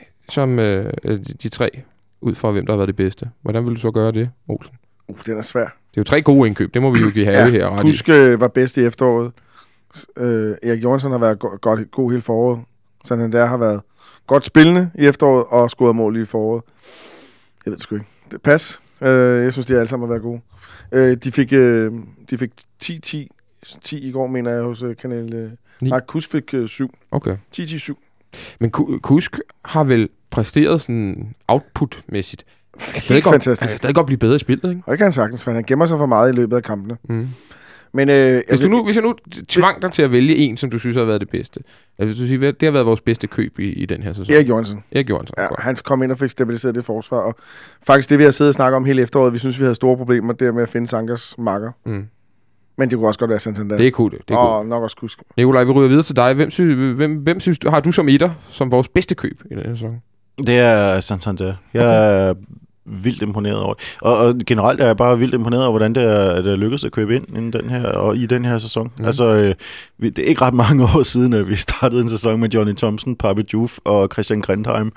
ud fra, hvem der har været det bedste. Hvordan vil du så gøre det, Olsen? Den er svær. Det er jo 3 gode indkøb, det må vi jo give Harry her. Kusk var bedst i efteråret. Erik Johansson har været god hele foråret. Santander har været godt spillende i efteråret og scoret mål i foråret. Jeg ved det sgu ikke. Det pas. Jeg synes, de alle sammen har været gode. De fik 10 i går, mener jeg, hos Kanal 9. Nej, Kusk fik 7. Okay. 10-7. Men Kusk har vel præsteret sådan output-mæssigt. Helt fantastisk. Han kan stadig godt blive bedre i spillet, ikke? Og det kan han sagtens, for han gemmer sig for meget i løbet af kampene. Mm. Men, hvis jeg nu tvang dig til at vælge en, som du synes har været det bedste. Altså, hvis du siger, det har været vores bedste køb i den her sæson. Erik Johansson. Ja, han kom ind og fik stabiliseret det forsvar. Og faktisk det, vi har siddet og snakket om hele efteråret, vi synes, vi havde store problemer der med at finde Sankers makker. Mm. Men det kunne også godt være Santander. Det er cool. Og nok også Kusk. Nikolaj, vi ryger videre til dig. Hvem synes du, har du som etter som vores bedste køb i den her sæson? Det er Santander. Jeg er vildt imponeret over det. Og generelt er jeg bare vildt imponeret over, hvordan det er lykkedes at købe ind inden den her, og i den her sæson. Mm. Altså, det er ikke ret mange år siden, at vi startede en sæson med Johnny Thomsen, Pape Diouf og Christian Grindheim.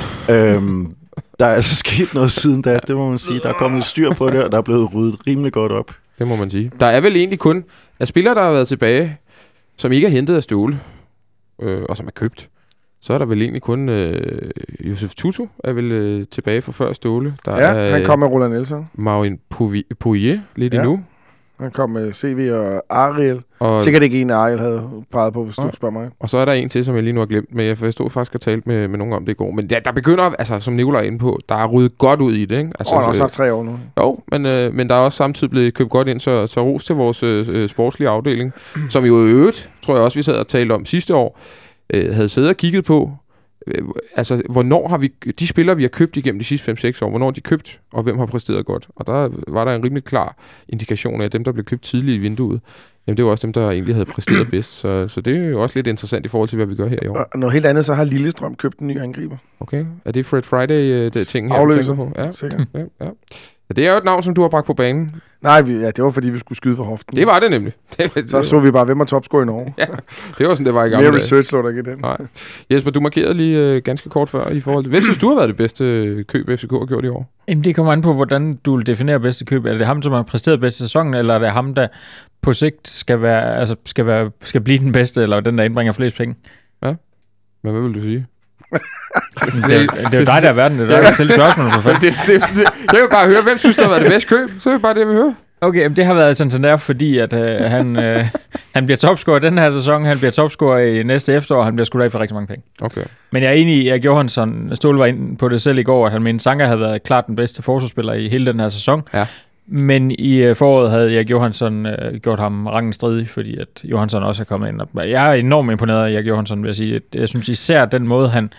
Der er altså sket noget siden da, det må man sige. Der er kommet styr på det, og der er blevet ryddet rimelig godt op. Det må man sige. Der er vel egentlig kun af spillere, der har været tilbage, som ikke er hentet af Ståle, og som er købt. Så er der vel egentlig kun Josef Tutu er vel tilbage fra før Ståle. Han kom med Roland Nielsen. Marvin Pouillet lidt endnu. Han kom med CV og Ariel. Og sikkert ikke en, Ariel havde peget på, hvis du spørger mig. Og så er der en til, som jeg lige nu har glemt, men jeg stod faktisk og talte med nogen om det i går. Men der begynder, altså som Nikolaj er inde på, der er ryddet godt ud i det, ikke? Altså, han har også haft 3 år nu. Jo, men der er også samtidig blevet købt godt ind, så ros til vores sportslige afdeling, som jo i øvrigt, tror jeg også, vi sad og talte om sidste år, havde siddet og kigget på, altså, hvornår har vi, de spillere, vi har købt igennem de sidste 5-6 år, hvornår er de købt, og hvem har præsteret godt? Og der var der en rimelig klar indikation af, at dem, der blev købt tidligt i vinduet, jamen det var også dem, der egentlig havde præsteret bedst. Så det er jo også lidt interessant i forhold til, hvad vi gør her i år. Og noget helt andet, så har Lillestrøm købt en ny angriber. Okay. Er det Fred Friday-ting her? Afløser. På? Ja, sikkert. Ja. Det er jo et navn, som du har bragt på banen. Nej, det var fordi, vi skulle skyde for hoften. Det var det nemlig. Så vi bare, hvem er topscorer i Norge. Ja, det var sådan, det var i gamle dage. Mere research lå der ikke i den. Nej. Jesper, du markerede lige ganske kort før i forhold til... Hvad synes du har været det bedste køb, FCK har gjort i år? Jamen, det kommer an på, hvordan du vil definere bedste køb. Er det ham, som har præsteret bedste sæsonen, eller er det ham, der på sigt skal blive den bedste, eller den, der indbringer flest penge? Ja. Men hvad vil du sige? Det er jo dig, der er verden. Det er dig, der stiller spørgsmål for fanden. Jeg vil bare høre, hvem synes, der har været det bedste køb? Så er det bare det, jeg vil høre. Okay, det har været Santander, fordi at, han bliver topscorer den her sæson, han bliver topscorer i næste efterår, og han bliver skudt af for rigtig mange penge. Okay. Men jeg er enig i, at Johansson, Ståle var inde på det selv i går, at han mente, Sanka havde været klart den bedste forsvarsspiller i hele den her sæson. Ja. Men i foråret havde Erik Johansson gjort ham rangen stridig, fordi at Johansson også er kommet ind. Jeg er enormt imponeret af Erik Johansson, vil jeg sige. Jeg synes især den måde,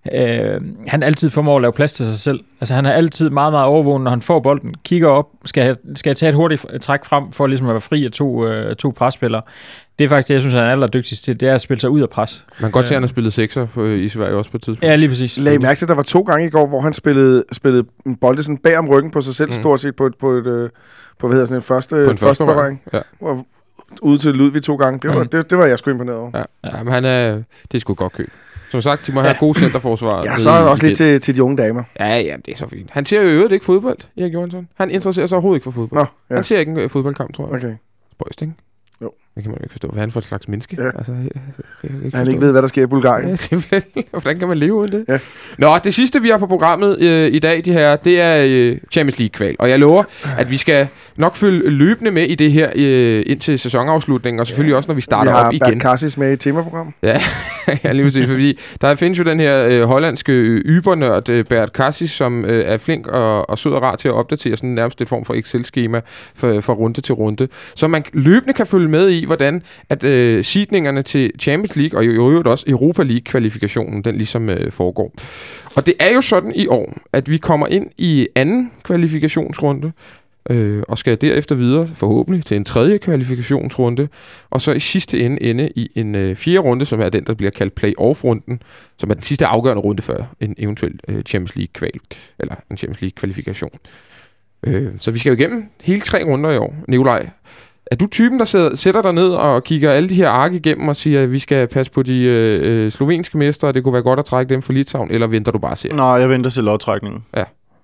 han altid formår at lave plads til sig selv. Altså han er altid meget, meget overvågen, når han får bolden, kigger op, skal jeg tage et hurtigt træk frem, for ligesom at være fri af to presspillere. Det er faktisk det, jeg synes, han er allerdygtigst til, det er at spille sig ud af pres. Man kan godt se, at han har spillet sekser i Sverige også på et tidspunkt. Ja, lige præcis. Lag mærke til, at der var 2 gange i går, hvor han spillede en bold sådan bag om ryggen på sig selv, stort set på en første berøring. Ja. Ude til Ludvig 2 gange. Det var jeg sgu imponeret over. Ja, men det er sgu godt køb. Som sagt, de må have gode centerforsvar. Ja, så er det også lidt til de unge damer. Ja, det er så fint. Han ser jo i øvrigt ikke fodbold, Erik Johansson. Han interesserer sig overhovedet ikke for fodbold. Han ser ikke en fodboldkamp, tror jeg. Okay. Spøjst, ikke? Jo. Det kan man ikke forstå. Hvad er han for et slags menneske? Ja. Altså, han ikke ved, hvad der sker i Bulgarien. Ja, simpelthen. Hvordan kan man leve uden det? Ja. Nå, det sidste, vi har på programmet i dag, det er Champions League-kval. Og jeg lover, at vi skal nok følge løbende med i det her indtil sæsonafslutningen, og selvfølgelig også, når vi starter op igen. Vi har Bert Cassis med i temaprogrammet. Ja, lige præcis. Fordi der findes jo den her hollandske ybernørd, Bert Cassis, som er flink og sød og rar til at opdatere sådan nærmest et form for Excel-skema fra runde til runde. Så man løbende kan følge med i, hvordan at seedningerne til Champions League og i øvrigt også Europa League-kvalifikationen, den ligesom foregår. Og det er jo sådan i år, at vi kommer ind i anden kvalifikationsrunde, og skal derefter videre forhåbentlig til en tredje kvalifikationsrunde, og så i sidste ende i en fjerde runde, som er den, der bliver kaldt play-off-runden, som er den sidste afgørende runde før en eventuel Champions League-kval, eller en Champions League-kvalifikation. Så vi skal jo igennem hele 3 runder i år. Nikolaj, er du typen, der sætter dig ned og kigger alle de her ark igennem og siger, at vi skal passe på de slovenske mestre, og det kunne være godt at trække dem for Litauen, eller venter du bare og ser? Nej, jeg venter til lodtrækningen. Ja.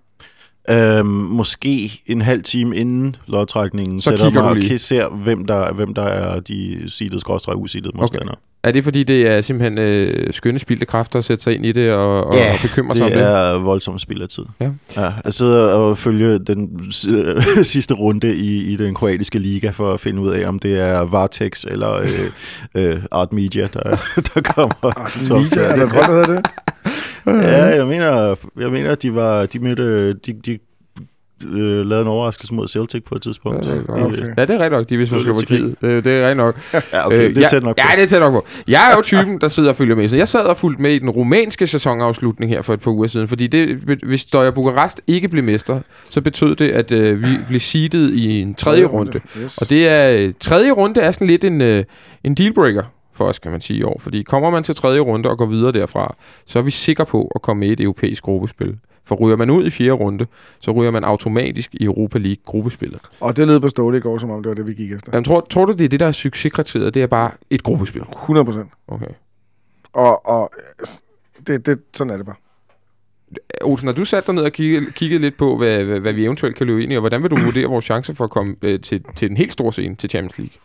Måske en halv time inden lodtrækningen sætter mig og ser, hvem der er de seedede/useedede modstandere. Okay. Er det fordi, det er simpelthen skønne spildte kræfter at sætte sig ind i det og bekymre sig om det? Ja, det er voldsomt spild af tid. Ja. Jeg sidder og følger den sidste runde i den kroatiske liga for at finde ud af, om det er Vartex eller Art Media, der kommer til topstart. Er det godt, der hedder det? Ja, jeg mener, de lavede en overraskelse mod Celtic på et tidspunkt. Ja, det er rigtig nok. De vil slå Slovakiet. Det er rigtig nok. Ja, okay. Det er tæt nok på. Ja, det er tæt nok på. Jeg er jo typen, der sidder og følger med. Så jeg sad og fulgte med i den rumænske sæsonafslutning her for et par uger siden. Fordi hvis Steaua Bukarest ikke blev mester, så betød det, at vi blev seedet i en tredje runde. Yes. Og det er tredje runde er sådan lidt en dealbreaker for os, kan man sige, i år. Fordi kommer man til tredje runde og går videre derfra, så er vi sikre på at komme med i et europæisk gruppespil. For ryger man ud i fjerde runde, så ryger man automatisk i Europa League-gruppespillet. Og det lød på Ståle i går, som om det var det, vi gik efter. Jamen, tror du, det er det, der er succeskriteriet? Det er bare et gruppespil? 100%. Okay. Og det, sådan er det bare. Olsen, har du sat dig ned og kigget lidt på, hvad vi eventuelt kan løbe ind i, og hvordan vil du vurdere vores chancer for at komme til den helt store scene til Champions League?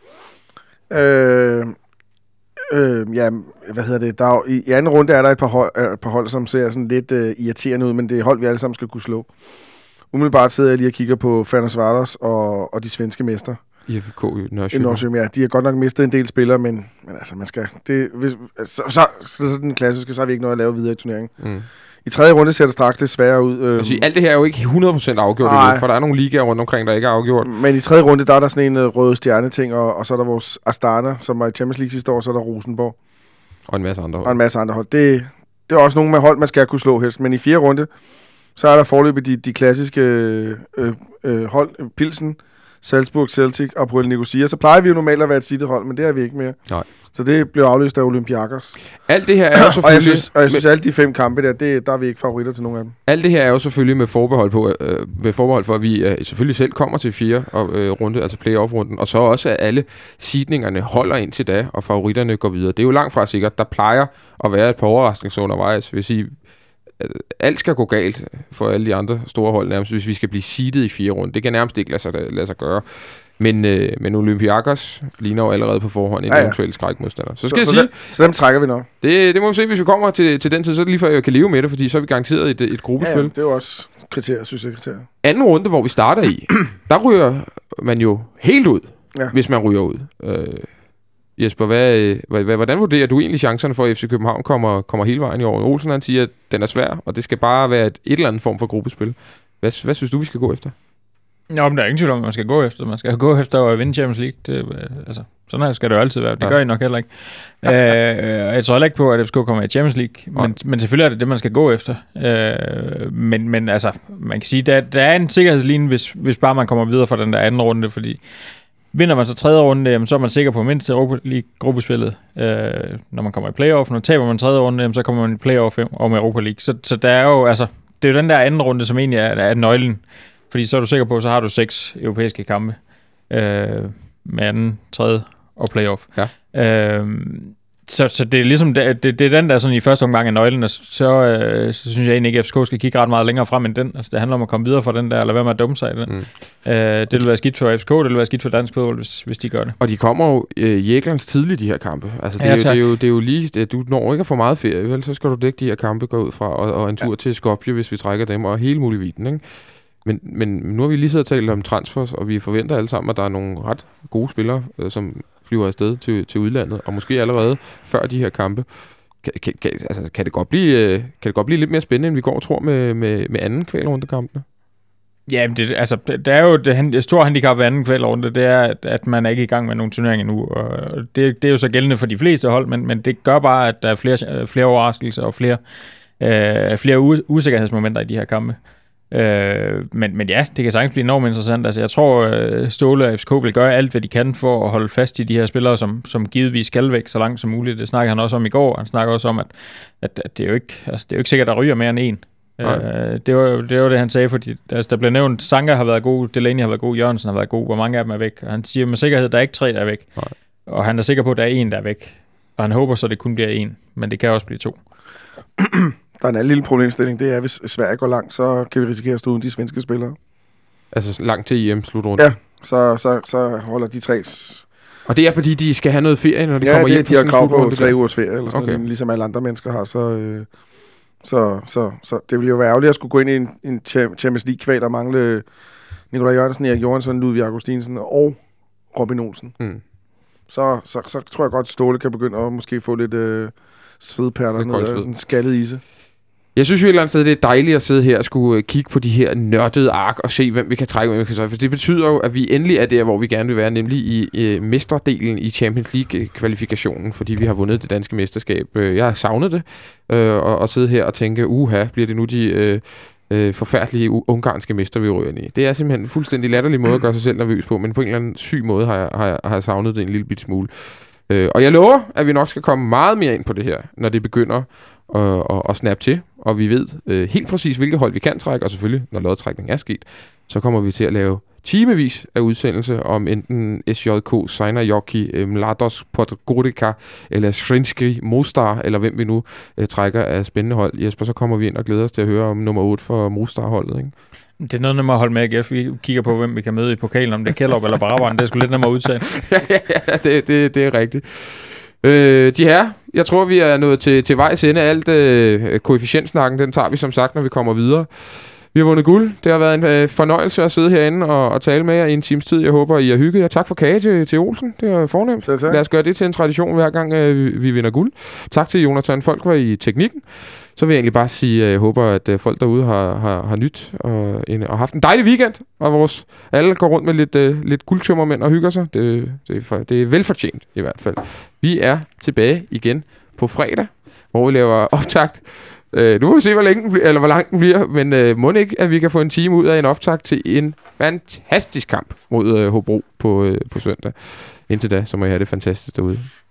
Ja, hvad hedder det? Der er jo, i anden runde er der et par hold, som ser sådan lidt irriterende ud, men det er hold, vi alle sammen skal kunne slå. Umiddelbart sidder jeg lige og kigger på Ferencváros og de svenske mester. IFK Nordsjøen. Ja, de har godt nok mistet en del spillere, men altså, man skal... Så den klassiske, så har vi ikke noget at lave videre i turneringen. Mm. I tredje runde ser det straks lidt sværere ud. Alt det her er jo ikke 100% afgjort, for der er nogle ligaer rundt omkring, der ikke er afgjort. Men i tredje runde, der er der sådan en røde stjerne-ting, og så er der vores Astana, som var i Champions League sidste år, så er der Rosenborg. Og en masse andre hold. Det er også nogle med hold, man skal kunne slå helst. Men i fjerde runde, så er der forløbet de klassiske hold, Pilsen, Salzburg, Celtic og Apoel Nicosia. Så plejer vi jo normalt at være et seedet hold, men det er vi ikke mere. Nej. Så det blev afløst af Olympiakos. Alt det her er jo selvfølgelig... og jeg synes alle de 5 kampe der er vi ikke favoritter til nogen af dem. Alt det her er jo selvfølgelig med forbehold for, at vi selvfølgelig selv kommer til 4 runde, altså play-off-runden, og så også at alle seedningerne holder ind til da, og favoritterne går videre. Det er jo langt fra sikkert. Der plejer at være et par overraskelser undervejs. Vil sige, alt skal gå galt for alle de andre store hold, nærmest hvis vi skal blive seedet i 4 runde. Det kan nærmest ikke lade sig gøre. Men Olympiakos ligner jo allerede på forhånd en eventuel skrækmodstander. Så dem trækker vi nok. Det må vi se, hvis vi kommer til den tid, så er det lige før jeg kan leve med det, fordi så er vi garanteret et gruppespil. Ja, det er jo også kriterier. Anden runde, hvor vi starter i, der ryger man jo helt ud, hvis man ryger ud. Jesper, hvordan vurderer du egentlig chancerne for, at FC København kommer hele vejen i år? Olsen han siger, at den er svær, og det skal bare være et eller andet form for gruppespil. Hvad synes du, vi skal gå efter? Nå, men der er ingen tvivl om, man skal gå efter. Man skal gå efter at vinde Champions League. Det, altså, sådan her skal det jo altid være. Det gør I nok heller ikke. Jeg tror heller ikke på, at FCK kommer i Champions League. Men selvfølgelig er det, man skal gå efter. Men altså, man kan sige, der er en sikkerhedslinje, hvis bare man kommer videre fra den der anden runde, fordi vinder man så tredje runde, jamen, så er man sikker på mindst Europa League-gruppespillet, når man kommer i playoff. Når taber man tredje runde, jamen, så kommer man i playoff om Europa League. Så der er jo, altså, det er jo den der anden runde, som egentlig er nøglen. Fordi så er du sikker på, så har du 6 europæiske kampe med anden, tredje og playoff. Ja. Så det er ligesom det er den der sådan i første omgang af nøglen, og så synes jeg egentlig ikke, at FCK skal kigge ret meget længere frem end den. Altså det handler om at komme videre fra den der, eller være med at dumme sig i den. Det vil være skidt for FCK, det vil være skidt for dansk fodbold, hvis de gør det. Og de kommer jo jæklands tidligt, de her kampe. Altså det er jo lige, du når ikke at få meget ferie, vel? Så skal du dække de her kampe, gå ud fra, og en tur til Skopje, hvis vi trækker dem, og hele muligheden, ikke? Men nu har vi lige siddet og talt om transfers, og vi forventer alle sammen, at der er nogle ret gode spillere, som flyver afsted til udlandet, og måske allerede før de her kampe. Kan det godt blive lidt mere spændende, end vi går og tror med anden kvalrundekampene? Ja, der er jo det store handicap ved anden kvalrunde, det er, at man er ikke i gang med nogle turneringer nu, og det er jo så gældende for de fleste hold, men det gør bare, at der er flere overraskelser og flere usikkerhedsmomenter i de her kampe. Men ja, det kan sagtens blive enormt interessant. Altså, jeg tror, Ståle og FCK vil gøre alt, hvad de kan for at holde fast i de her spillere, som givetvis skal væk så langt som muligt. Det snakker han også om i går. Han snakker også om, at det er jo ikke, det er jo ikke sikkert, at der ryger mere end en. Det var det, han sagde, fordi der blev nævnt, Sanka har været god, Delaney har været god, Jørgensen har været god, hvor mange af dem er væk. Og han siger med sikkerhed, at der er ikke 3, der er væk. Nej. Og han er sikker på, at der er 1, der er væk. Og han håber så, det kun bliver 1, men det kan også blive 2. Der er en anden lille problemstilling, det er, at hvis Sverige går langt, så kan vi risikere at stå uden de svenske spillere. Altså langt til EM-slutrunden? Ja, så holder de 3... Og det er, fordi de skal have noget ferie, når de kommer hjem? Ja, de har krav på 3 ugers ferie, eller sådan noget, ligesom alle andre mennesker har. Så det ville jo være ærgerligt at skulle gå ind i en Champions League-kval og mangle Nikolaj Jørgensen, Erik Johansson, Ludvig Augustinsen og Robin Olsen. Så tror jeg godt, at Ståle kan begynde at måske få lidt svedpærter ned af den skaldede ise. Jeg synes jo et eller andet sted, det er dejligt at sidde her og skulle kigge på de her nørdede ark og se, hvem vi kan trække, hvem vi kan trække. For det betyder jo, at vi endelig er der, hvor vi gerne vil være, nemlig i mesterdelen i Champions League-kvalifikationen, fordi vi har vundet det danske mesterskab. Jeg har savnet det, og sidde her og tænke, bliver det nu de forfærdelige ungarske mester, vi ryger i. Det er simpelthen en fuldstændig latterlig måde at gøre sig selv nervøs på, men på en eller anden syg måde har jeg savnet det en lille bit smule. Og jeg lover, at vi nok skal komme meget mere ind på det her, når det begynder at snappe til, og vi ved helt præcis, hvilke hold vi kan trække, og selvfølgelig, når lodtrækningen er sket, så kommer vi til at lave timevis af udsendelse om enten SJK, Seinäjoki, Mladost Podgorica, eller Srinski Mostar, eller hvem vi nu trækker af spændende hold. Jesper, så kommer vi ind og glæder os til at høre om nummer 8 for Mostar-holdet, ikke? Det er noget nemmere at holde med, AGF. Vi kigger på, hvem vi kan møde i pokalen, om det er Kjellup eller Brabrand. Det er sgu lidt nemmere at udtale. Ja, det er rigtigt. De her, jeg tror, vi er nået til vejs ende. Alt koefficientsnakken, den tager vi som sagt, når vi kommer videre. Vi har vundet guld. Det har været en fornøjelse at sidde herinde og tale med jer i en times tid. Jeg håber, I har hygget jer. Tak for kage til Olsen. Det er fornemt. Lad os gøre det til en tradition, hver gang vi vinder guld. Tak til Jonathan Folk var i teknikken. Så vil jeg egentlig bare sige, at jeg håber, at folk derude har nyt og haft en dejlig weekend. Og alle går rundt med lidt guldtømmermænd og hygger sig. Det er velfortjent i hvert fald. Vi er tilbage igen på fredag, hvor vi laver optakt. Nu må vi se, hvor lang den bliver, men må ikke, at vi kan få en time ud af en optakt til en fantastisk kamp mod Hobro på søndag. Indtil da, så må I have det fantastisk derude.